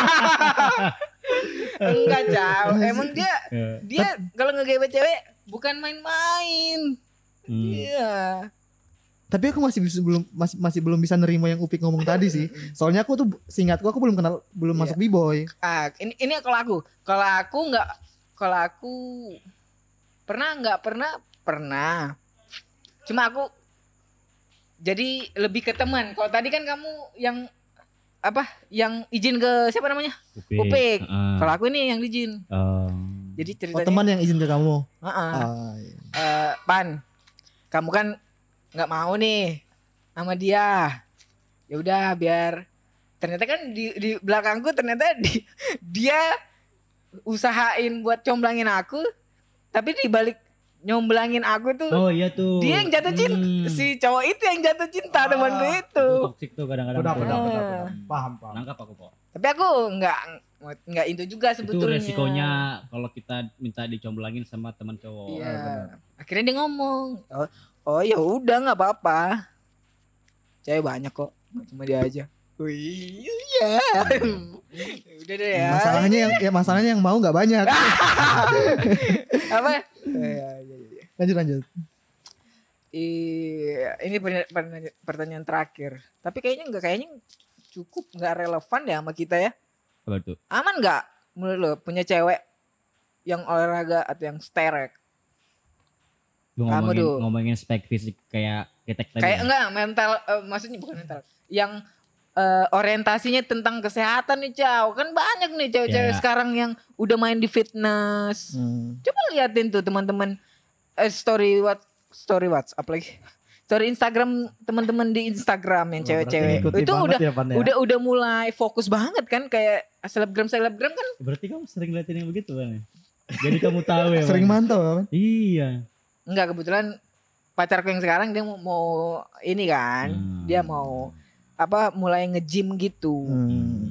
Enggak, Cow. Emang dia Ya. dia kalau ngegebet cewek bukan main-main. Hmm. Iya. Tapi aku masih bisa- belum masih masih belum bisa nerima yang Upik ngomong tadi sih. Soalnya aku tuh seingatku aku belum kenal belum Iya. masuk b-boy. Ah, ini ini kalau aku. Kalau aku enggak kalau aku pernah enggak pernah pernah. Cuma aku jadi lebih ke teman. Kalau tadi kan kamu yang apa? Yang izin ke siapa namanya? Upik. Upik. Heeh. Kalau aku ini yang izin. Oh. Jadi Oh, ceritanya teman yang izin ke kamu. Heeh. Ah, iya. Eh, Pan, kamu kan nggak mau nih sama dia. Ya udah biar ternyata kan di di belakangku ternyata di, dia usahain buat comblangin aku, tapi di balik nyomblangin aku tuh Oh iya tuh. dia yang jatuh cinta. Hmm. Si cowok itu yang jatuh cinta Ah, temanku itu. Itu toxic tuh kadang-kadang. Udah, tuh. udah, udah, Ah. udah. Paham, paham. Nangkap aku kok. Tapi aku nggak nggak itu juga Itu sebetulnya. resikonya kalau kita minta dicomblangin sama teman cowok. Iya. benar. Akhirnya dia ngomong, oh, oh ya udah nggak apa-apa. Cewek banyak kok, nggak cuma dia aja. Wih, iya. Udah deh ya. Masalahnya yang ya masalahnya yang mau nggak banyak. Apa? Iya, iya, iya. Lanjut lanjut. Iya, ini pertanyaan, pertanyaan- pertanyaan terakhir. Tapi kayaknya nggak kayaknya cukup nggak relevan ya sama kita ya. Apa tuh? Aman nggak menurut lo punya cewek yang olahraga atau yang sterek? Lu Kamu ngomongin tuh. ngomongin spek fisik kayak ketek tadi. Kayak ya? enggak mental eh, maksudnya bukan mental. Yang eh, orientasinya tentang kesehatan nih, Cow. Kan banyak nih cewek-cewek Ya. sekarang yang udah main di fitness. Hmm. Coba liatin tuh teman-teman eh, story what story WhatsApp lagi. Story Instagram teman-teman di Instagram yang Wah, cewek-cewek. berarti ngikuti Itu banget udah ya, Pan, ya? udah udah mulai fokus banget kan kayak selebgram-selebgram kan. Berarti kamu sering liatin yang begitu kan? ya? Jadi kamu tahu ya. Sering Bang? mantau kan? Iya. Enggak, kebetulan pacarku yang sekarang dia mau, mau ini kan. Hmm. Dia mau apa mulai nge-gym gitu. Hmm.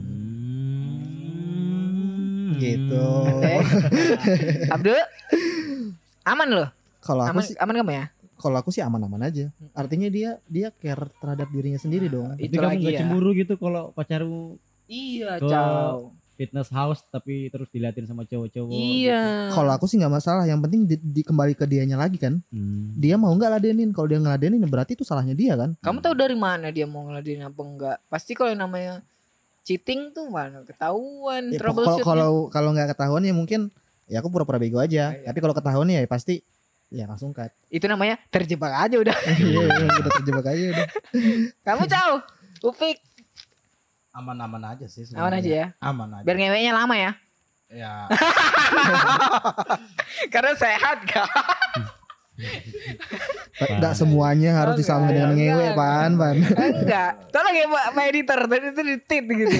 Hmm. Gitu. Eh, Abdul, aman loh, Kalau aku aman, sih aman kamu ya? kalau aku sih aman-aman aja. Artinya dia dia care terhadap dirinya sendiri dong. Tapi Itu kamu lagi gak ya. cemburu gitu kalau pacarmu Iya, Ke- Cow. fitness house tapi terus diliatin sama cowok-cowok. Iya. Kalau aku sih nggak masalah, yang penting di, di- kembali ke dianya lagi kan. Hmm. Dia mau nggak ladenin? Kalau dia ngeladenin berarti itu salahnya dia kan. Kamu tahu dari mana dia mau ngeladenin apa enggak? Pasti kalau yang namanya cheating tuh mana ketahuan, Ya, kalau troubleshoot. kalau kalau nggak ketahuan ya mungkin ya aku pura-pura bego aja. Iya. Tapi kalau ketahuan ya pasti ya langsung cut. Itu namanya terjebak aja udah. Iya, iya, udah terjebak aja udah. Kamu tahu, Upik Aman-aman aja sih aman sebenarnya. aja ya. Aman aja. Biar ngeweknya lama ya. Ya, Karena sehat kan. Enggak semuanya harus Oh, disamain enggak, dengan enggak, ngewe, enggak. Pan, Pan. Enggak. Tolong ya Pak, Pak editor, tadi itu di tit gitu.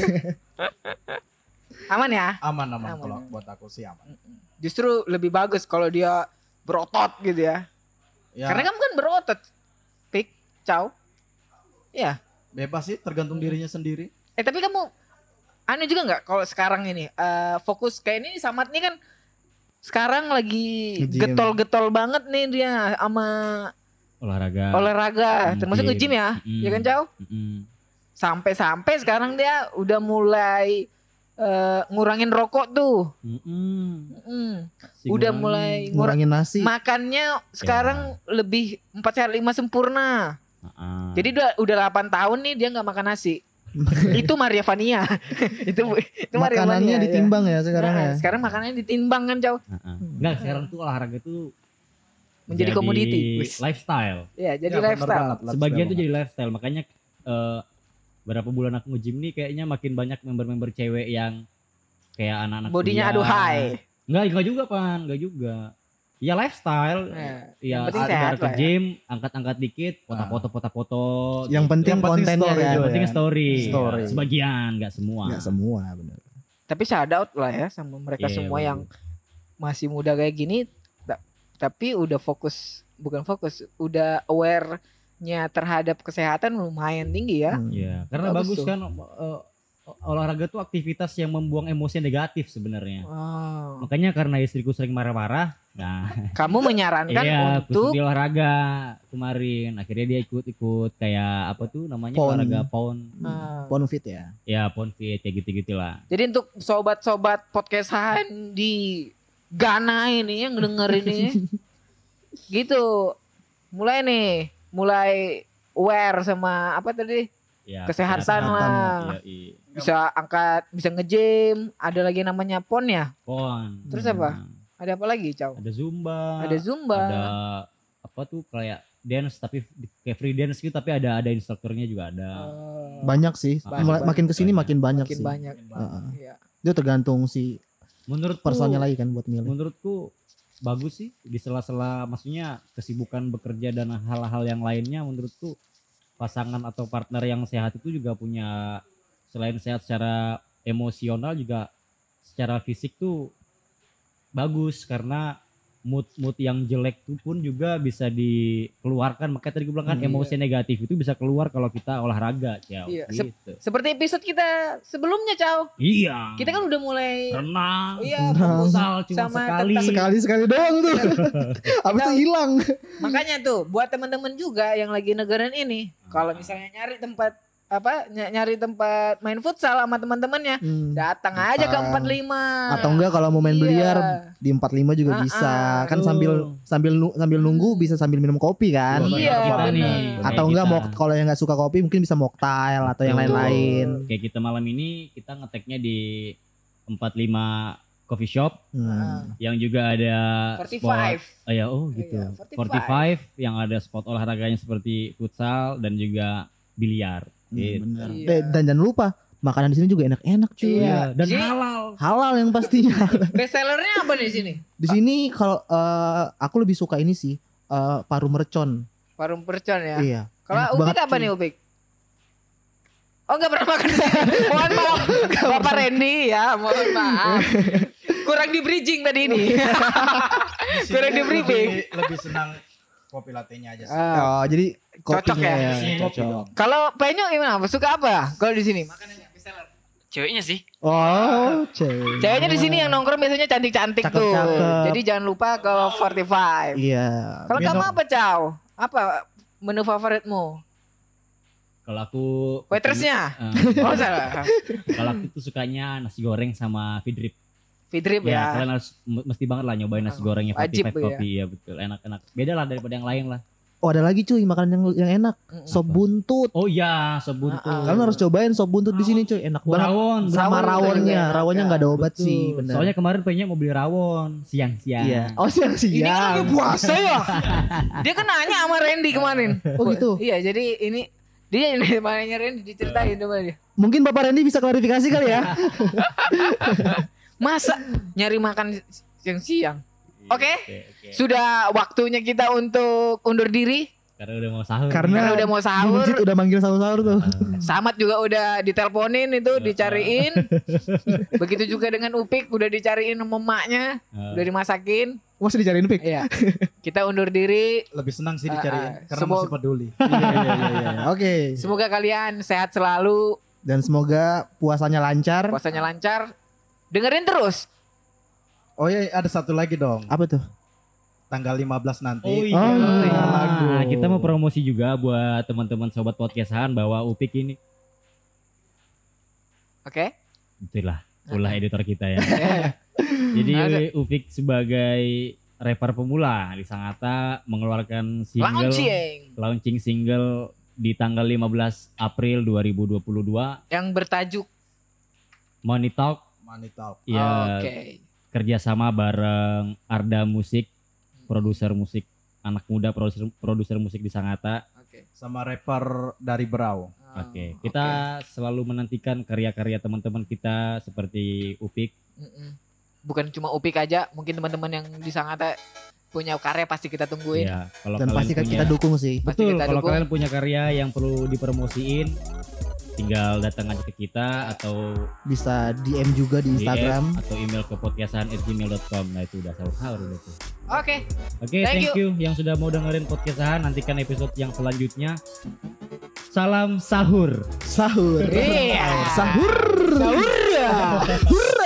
Aman ya? aman-aman Aman. kalau buat aku sih aman. Justru lebih bagus kalau dia berotot gitu ya. Ya, Karena kamu kan berotot. Pik, Chow. Ya. bebas sih tergantung dirinya sendiri. Eh tapi kamu aneh juga nggak kalau sekarang ini eh, fokus kayak ini Samad nih kan sekarang lagi Nge-gym. getol-getol banget nih dia sama Olahraga. olahraga, Nge-gym. termasuk nge-gym ya, Mm-mm. ya kan Chow? Mm-mm. Sampai-sampai sekarang dia udah mulai eh, ngurangin rokok tuh. Mm-mm. Mm. Si Udah ngurangin. mulai ngurang Ngurangin nasi. makannya sekarang lebih empat sehat lima sempurna. Ah. Jadi udah udah delapan tahun nih dia nggak makan nasi. Itu Maria Vania. itu itu Maria Makanannya Vania, ya. ditimbang ya sekarang Nah, ya. Sekarang makanannya ditimbang kan, Chow. Ah, ah. Enggak, sekarang tuh olahraga tuh Menjadi jadi komoditi. lifestyle. Ya, jadi Ya, bener lifestyle. banget, lifestyle Sebagian tuh banget. jadi lifestyle. Makanya eh, berapa bulan aku nge-gym nih kayaknya makin banyak member-member cewek yang kayak anak-anak Bodinya kuliah. aduhai. Enggak, enggak juga, Pan. Enggak juga. Ya lifestyle. Ya, Ya, yang penting ada sehat ke lah ya. gym, angkat-angkat dikit, foto-foto, foto-foto. Yang penting Yang penting kontennya story kan. juga. Yang penting ya. story. Story. Sebagian, enggak semua. Enggak semua benar. Tapi shout out lah ya sama mereka Iya, semua bener. yang masih muda kayak gini ta- tapi udah fokus, bukan fokus, udah aware-nya terhadap kesehatan lumayan tinggi ya. Hmm. Iya, karena Bagus bagus, tuh. kan eh, olahraga tuh aktivitas yang membuang emosi negatif sebenarnya. Oh. Makanya karena istriku sering marah-marah, nah Kamu menyarankan iya, aku untuk di olahraga kemarin. Akhirnya dia ikut-ikut kayak apa tuh namanya Pon. olahraga pound. Ah. Pon fit ya. Ya, pound fit kayak gitu-gitulah. Jadi untuk sobat-sobat podcastan di Ghana ini yang denger ini gitu. Mulai nih, mulai aware sama apa tadi? Ya, Kesehatan kesehatan, lah. Iya, iya. Bisa angkat, bisa nge-gym, ada lagi namanya pon ya. Pon. Terus apa? Ada apa lagi, Chow? Ada zumba. Ada zumba. Ada apa tuh kayak dance tapi kayak free dance gitu tapi ada ada instrukturnya juga ada. Eh, Banyak sih. Banyak, Mulai- makin kesini banyak. makin banyak makin sih. banyak. Heeh. Iya. Itu tergantung si Menurutku personnya lagi kan buat milih. menurutku bagus sih di sela-sela maksudnya kesibukan bekerja dan hal-hal yang lainnya menurutku pasangan atau partner yang sehat itu juga punya selain sehat secara emosional juga secara fisik tuh bagus karena mood-mood yang jelek itu pun juga bisa dikeluarkan. Makanya tadi gue bilang kan Hmm, emosi negatif itu bisa keluar kalau kita olahraga, Ciao. Iya, Gitu. Seperti episode kita sebelumnya, Chow. Iya. Kita kan udah mulai renang, iya, Renang. fokus futsal cuma sama sekali. tentang- Sekali sekali doang tuh. Habis itu hilang. Makanya tuh buat teman-teman juga yang lagi negerin ini, kalau misalnya nyari tempat apa ny- nyari tempat main futsal sama teman-temannya, Hmm. datang aja ke Datang. empat puluh lima. Atau enggak kalau mau main Iya. biliar di empat puluh lima juga Ah, bisa. ah, Kan betul. sambil sambil nu- sambil nunggu bisa sambil minum kopi kan. Iya, Iya, kita nih. bener. Kayak Atau enggak kita. mau kalau yang nggak suka kopi mungkin bisa mocktail atau yang Betul. lain-lain. Kayak kita malam ini kita ngeteknya di empat puluh lima coffee shop Hmm. yang juga ada empat puluh spot lima. oh ya oh gitu Iya, empat puluh lima yang ada spot olahraganya seperti futsal dan juga biliar gitu. Bener. Iya. Eh, Dan jangan lupa makanan di sini juga enak-enak cuy. Iya. Dan Jadi- halal. Halal yang pastinya. Best sellernya apa nih di sini? Di sini kalau eh, aku lebih suka ini sih eh, paru mercon. Parum percon ya. Iya. Kalau Enak Ubik banget, apa cuy. nih Ubik? Oh nggak pernah makan di sini. Mohon maaf, Bapak Randy ya, mohon maaf. Kurang di bridging tadi ini. Kurang di briefing. lebih, lebih senang kopi latte-nya aja sih. Ah. Oh, jadi Cocok kopinya ya? ya, Sini kopi cocok. dong. Kalau Penyo gimana? Suka apa? Kalau di sini makanannya best seller. Ceweknya sih. Oh, cewek. Ceweknya di sini yang nongkrong biasanya cantik-cantik tuh. Cakep-cakep. Jadi jangan lupa ke empat puluh lima. Iya. Kalau Minum. kamu apa, Chow? Apa menu favoritmu? Kalau aku Waitersnya. eh, Oh salah. kalau aku tuh sukanya nasi goreng sama feed drip. Fidrip Ya, ya. kalian harus m- mesti banget lah nyobain nasi gorengnya Wajib forty five ya. Coffee. Ya betul, enak-enak. Beda lah daripada yang lain lah. Oh ada lagi cuy makanan yang yang enak. Mm-mm. Sop buntut. Oh iya, sebut tuh. Ah, ah. Kalian harus cobain sop buntut di sini cuy, enak banget. Rawon. Rawon Sama tuh rawonnya, juga enak, rawonnya ya. nggak ada obat Betul. sih, benar. Soalnya kemarin pengennya mau beli rawon siang-siang. iya. Oh siang Ini kan lagi siang. puasa ya. Dia kan nanya sama Randy kemarin. Oh gitu. Iya, jadi ini dia yang namanya Randy diceritain coba dia. Mungkin Bapak Randy bisa klarifikasi kali ya. Masa nyari makan siang-siang? Oke. Oke, oke. Sudah waktunya kita untuk undur diri. Karena udah mau sahur. Karena Karena udah mau Di sahur. masjid udah manggil sahur-sahur tuh. Samat juga udah diteleponin itu, dicariin. Begitu juga dengan Upik udah dicariin sama emaknya, Ah. udah dimasakin. Masih dicariin pik. Iya. Kita undur diri. Lebih senang sih Ah, dicariin ah. karena Semua- masih peduli. Iya iya iya, iya. Oke. Semoga kalian sehat selalu, Dan semoga puasanya lancar. puasanya lancar. Dengerin terus. Oh iya, ada satu lagi dong. Apa tuh? Tanggal lima belas nanti. Oh iya. Oh, iya. Nah, kita mau promosi juga buat teman-teman sobat podcastan bahwa Upik ini Oke. itulah ulah editor kita ya. Iya. Jadi Langsung. Upik sebagai rapper pemula di Sangatta mengeluarkan single Launching launching single di tanggal lima belas April dua ribu dua puluh dua. yang bertajuk Money Talk Money Talk. ya Oke. kerjasama bareng Arda Musik, produser musik anak muda, produser produser musik di Sangatta. Oke. Sama rapper dari Berau. Oke, kita selalu menantikan karya-karya teman-teman kita seperti Upik. Mm-mm. Bukan cuma Upik aja, mungkin teman-teman yang di Sangatta punya karya pasti kita tungguin. Ya, kalau Dan kalian pasti punya, kita dukung sih. Pasti betul, kita kalau dukung. kalian punya karya yang perlu dipromosiin, tinggal datang aja ke kita atau Bisa D M juga di D M Instagram. atau email ke podcastan at gmail dot com. Nah itu udah sahur-sahur udah tuh. Oke. Oke, Thank thank, you. yang sudah mau dengerin podcastan. Nantikan episode yang selanjutnya. Salam sahur. Sahur. Iya. Sahur. Sahur ya. Hurra.